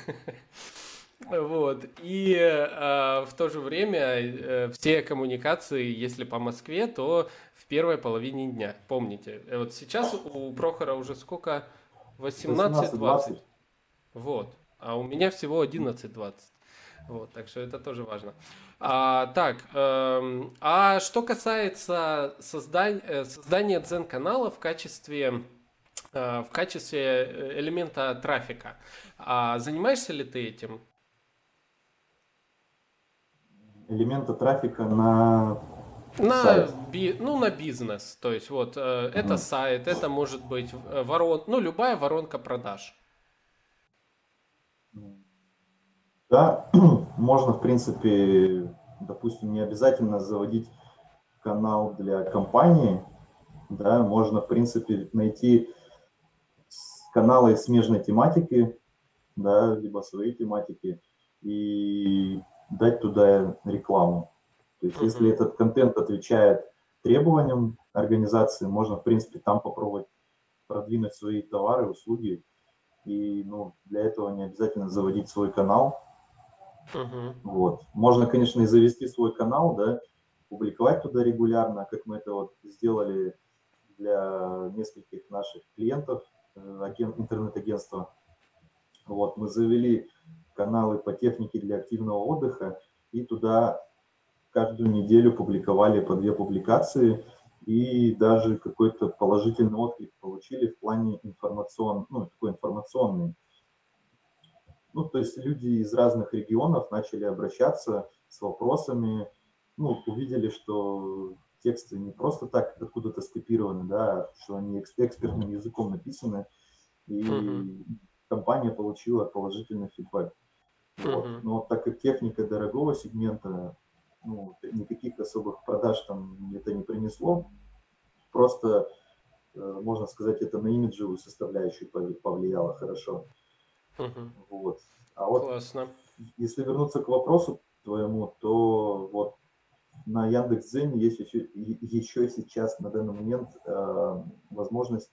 A: Вот. И в то же время все коммуникации, если по Москве, то в первой половине дня. Помните. Вот сейчас у Прохора уже сколько? 18:20.
B: 18-20.
A: Вот. А у меня всего 11:20. Вот, так что это тоже важно. А что касается создания Дзен-канала в качестве элемента трафика, занимаешься ли ты этим?
B: Элемента трафика на
A: На,
B: сайт.
A: ну, на бизнес. То есть вот это
B: Мгм.
A: сайт, это может быть ну, любая воронка продаж.
B: Да, можно, в принципе, допустим, не обязательно заводить канал для компании, да, можно, в принципе, найти каналы смежной тематики, да, либо своей тематики и дать туда рекламу. То есть, если
A: Мгм.
B: этот контент отвечает требованиям организации, можно, в принципе, там попробовать продвинуть свои товары, услуги. И, ну, для этого не обязательно заводить свой канал.
A: Мгм.
B: Вот. Можно, конечно, и завести свой канал, да, публиковать туда регулярно, как мы это вот сделали для нескольких наших клиентов, интернет-агентства. Вот, мы завели каналы по технике для активного отдыха и туда каждую неделю публиковали по 2 публикации и даже какой-то положительный отклик получили в плане ну, такой информационный. Ну, то есть люди из разных регионов начали обращаться с вопросами, ну, увидели, что тексты не просто так откуда-то скопированы, да, что они экспертным языком написаны,
A: Мгм.
B: и компания получила положительный фидбэк. Вот.
A: Мгм.
B: Но так как техника дорогого сегмента, ну, никаких особых продаж там это не принесло, просто, можно сказать, это на имиджевую составляющую повлияло хорошо.
A: Мгм.
B: Вот. А вот
A: Классно.
B: если вернуться к вопросу твоему, то вот на Яндекс.Дзене есть еще сейчас на данный момент возможность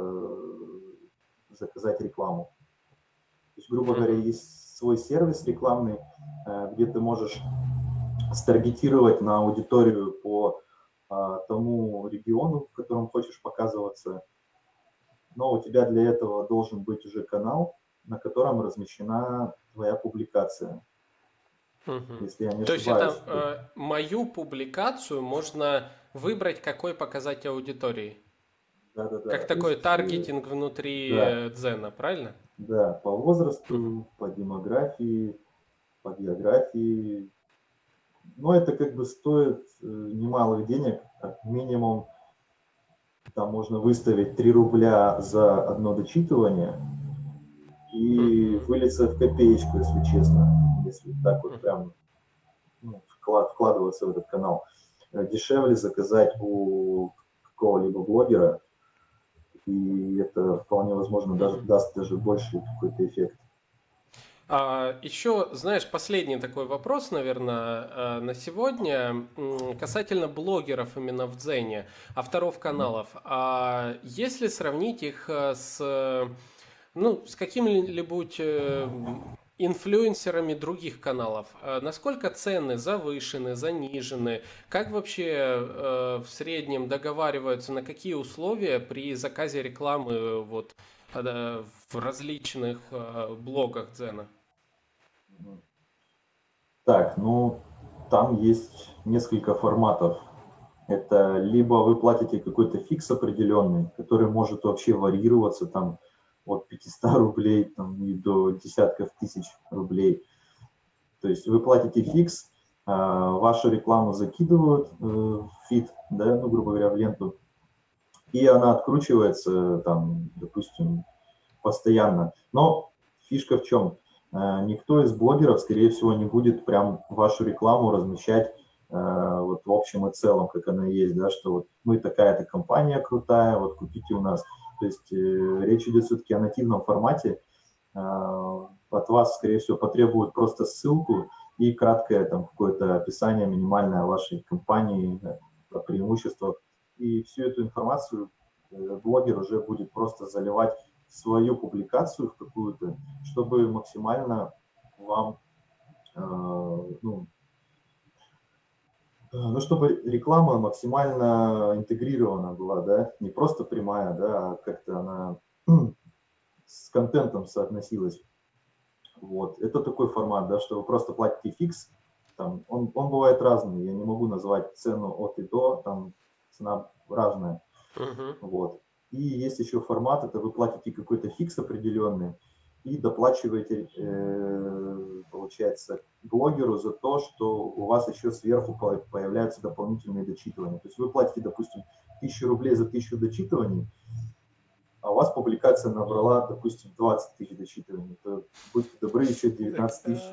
B: заказать рекламу. То есть, грубо говоря,
A: Мгм.
B: есть свой сервис рекламный, где ты можешь старгетировать на аудиторию по тому региону, в котором хочешь показываться. Но у тебя для этого должен быть уже канал, на котором размещена твоя публикация.
A: Мгм.
B: Если я не
A: То есть
B: ошибаюсь.
A: это мою публикацию можно выбрать, какой показать аудитории.
B: Да-да-да.
A: Как
B: То
A: такой
B: есть,
A: таргетинг внутри
B: да,
A: Дзена, правильно?
B: да, по
A: Мгм.
B: возрасту, по демографии, по географии. Но это как бы стоит немалых денег, как минимум там можно выставить 3 рубля за одно дочитывание и
A: Мгм.
B: вылиться в копеечку, если честно, если так вот
A: Мгм.
B: прям, ну, вкладываться в этот канал. Дешевле заказать у какого-либо блогера, и это вполне возможно
A: Мгм.
B: даст даже больший какой-то эффект.
A: Еще, знаешь, последний такой вопрос, наверное, на сегодня, касательно блогеров именно в Дзене, авторов каналов. Если сравнить их с какими-нибудь инфлюенсерами других каналов, насколько цены завышены, занижены, как вообще в среднем договариваются, на какие условия при заказе рекламы вот в различных блогах Дзена?
B: Так, ну, там есть несколько форматов. Это либо вы платите какой-то фикс определенный, который может вообще варьироваться там от 500 рублей там, и до десятков тысяч рублей. То есть вы платите фикс, вашу рекламу закидывают в фид, да, ну, грубо говоря, в ленту, и она откручивается там, допустим, постоянно. Но фишка в чем? Никто из блогеров, скорее всего, не будет прям вашу рекламу размещать вот в общем и целом, как она есть, да, что вот мы такая-то компания крутая, вот купите у нас. То есть речь идет все-таки о нативном формате. От вас, скорее всего, потребуют просто ссылку и краткое там какое-то описание минимальное о вашей компании, о преимуществах. И всю эту информацию блогер уже будет просто заливать свою публикацию в какую-то, чтобы максимально вам, ну, чтобы реклама максимально интегрирована была, да, не просто прямая, да, а как-то она с контентом соотносилась. Вот, это такой формат, да, что вы просто платите фикс, там, он бывает разный, я не могу назвать цену от и до, там цена разная,
A: Мгм.
B: вот. И есть еще формат, это вы платите какой-то фикс определенный и доплачиваете, получается, блогеру за то, что у вас еще сверху появляются дополнительные дочитывания. То есть вы платите, допустим, 1000 рублей за 1000 дочитываний, а у вас публикация набрала, допустим, 20 тысяч дочитываний, то будьте добры, еще 19 тысяч.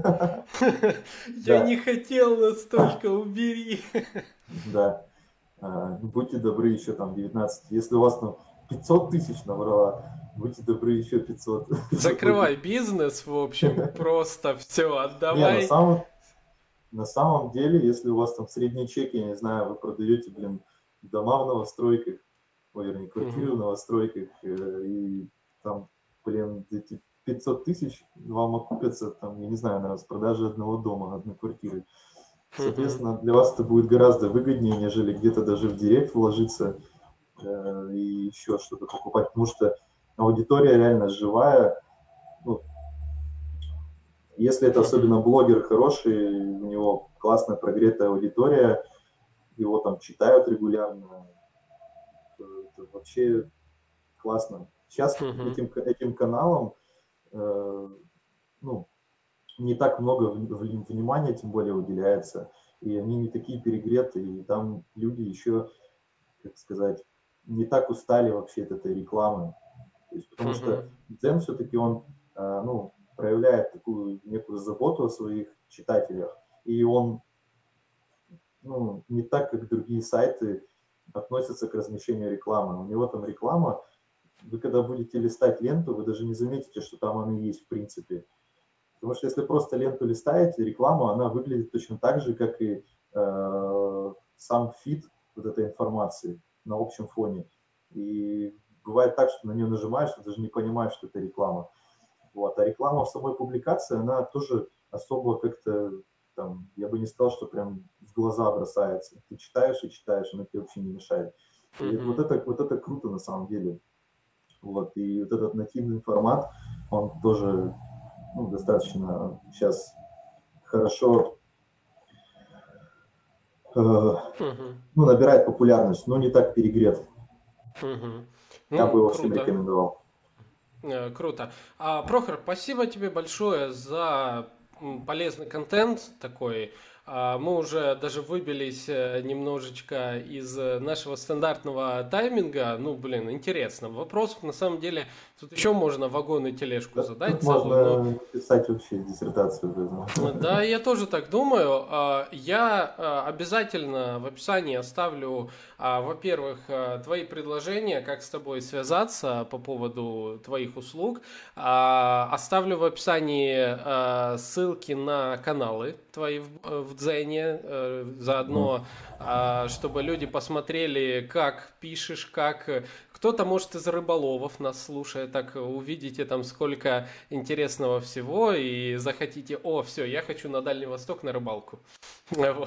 A: Я
B: Да,
A: не хотел настолько, убери.
B: да. Будьте добры, еще там 19. Если у вас там 500 тысяч набрала, будьте добры, еще 500
A: Закрывай
B: заплатить.
A: бизнес, в общем, просто все,
B: Не,
A: отдавай.
B: на самом деле, если у вас там средний чек, я не знаю, вы продаете, блин, дома в новостройках, ой, вернее, квартиры в
A: Мгм.
B: новостройках, и там, блин, эти 500 тысяч вам окупятся, там, я не знаю, наверное, с продажи одного дома, одной квартиры.
A: Мгм.
B: Соответственно, для вас это будет гораздо выгоднее, нежели где-то даже в директ вложиться и еще что-то покупать, потому что аудитория реально живая. Ну, если это
A: Мгм.
B: особенно блогер хороший, у него классная прогретая аудитория, его там читают регулярно, то это вообще классно. Сейчас
A: Мгм.
B: этим каналам ну, не так много внимания, тем более уделяется, и они не такие перегретые, и там люди еще, как сказать, не так устали вообще от этой рекламы. То есть, потому что
A: Мгм.
B: Дзен все-таки он ну, проявляет такую некую заботу о своих читателях, и он ну, не так, как другие сайты, относятся к размещению рекламы. У него там реклама, вы когда будете листать ленту, вы даже не заметите, что там она есть в принципе. Потому что если просто ленту листаете, реклама, она выглядит точно так же, как и сам фид вот этой информации на общем фоне. И бывает так, что на нее нажимаешь, что даже не понимаешь, что это реклама. Вот. А реклама в самой публикации, она тоже особо как-то, там, я бы не сказал, что прям в глаза бросается. Ты читаешь и читаешь, она тебе вообще не мешает. И
A: Мгм.
B: вот это круто на самом деле. Вот. И вот этот нативный формат, он тоже ну, достаточно сейчас хорошо
A: Мгм.
B: ну, набирает популярность, но не так перегрет.
A: Мгм.
B: Я бы
A: Ну,
B: его всем
A: круто.
B: рекомендовал.
A: Круто. Прохор, спасибо тебе большое за полезный контент такой. Мы уже даже выбились немножечко из нашего стандартного тайминга. Ну, блин, интересно. Вопросов на самом деле тут еще можно вагон и тележку задать
B: Тут
A: целую.
B: можно писать вообще диссертацию.
A: Да, я тоже так думаю. Я обязательно в описании оставлю, во-первых, твои предложения, как с тобой связаться по поводу твоих услуг. Оставлю в описании ссылки на каналы твои в Дзене, заодно, чтобы люди посмотрели, как пишешь, как... Кто-то, может, из рыболовов нас слушает, так увидите там сколько интересного всего и захотите, все, я хочу на Дальний Восток на рыбалку. Вот.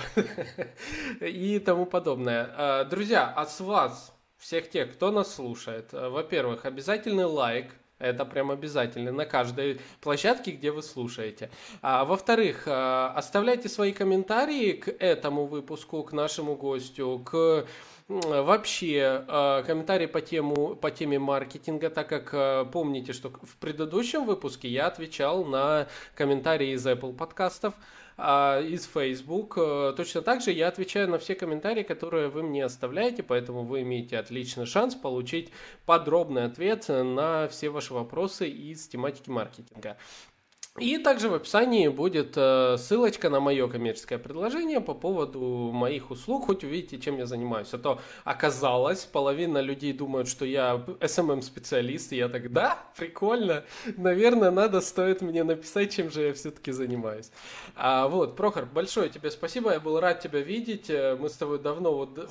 A: И тому подобное. Друзья, а с вас, всех тех, кто нас слушает, во-первых, обязательный лайк. Это прям обязательно на каждой площадке, где вы слушаете. Во-вторых, оставляйте свои комментарии к этому выпуску, к нашему гостю, к вообще комментарии по теме маркетинга, так как помните, что в предыдущем выпуске я отвечал на комментарии из Apple подкастов, из Facebook. Точно так же я отвечаю на все комментарии, которые вы мне оставляете, поэтому вы имеете отличный шанс получить подробный ответ на все ваши вопросы из тематики маркетинга. И также в описании будет ссылочка на мое коммерческое предложение по поводу моих услуг, хоть увидите, чем я занимаюсь. А то оказалось, половина людей думают, что я SMM-специалист, и я так, да, прикольно, наверное, стоит мне написать, чем же я все-таки занимаюсь. Вот, Прохор, большое тебе спасибо, я был рад тебя видеть, мы с тобой давно вот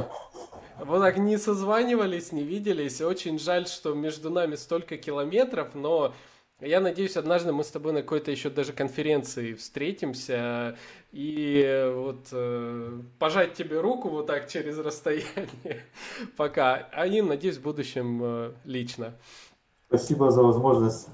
A: так не созванивались, не виделись, очень жаль, что между нами столько километров, но... Я надеюсь, однажды мы с тобой на какой-то еще даже конференции встретимся и вот пожать тебе руку вот так через расстояние пока, и, надеюсь, в будущем лично.
B: Спасибо за возможность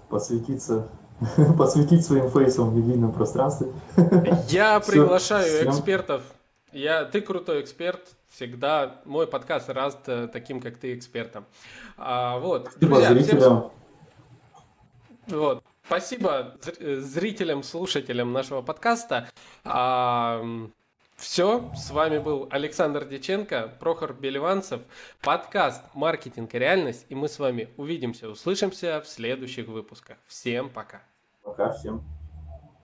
B: посветить своим фейсом в медийном пространстве.
A: Я приглашаю экспертов. Ты крутой эксперт. Всегда мой подкаст рад таким, как ты, экспертом. Вот, друзья, всем... Вот. Спасибо зрителям, слушателям нашего подкаста. Все, с вами был Александр Дьяченко, Прохор Беливанцев, подкаст «Маркетинг и реальность», и мы с вами увидимся, услышимся в следующих выпусках. Всем пока.
B: Пока всем.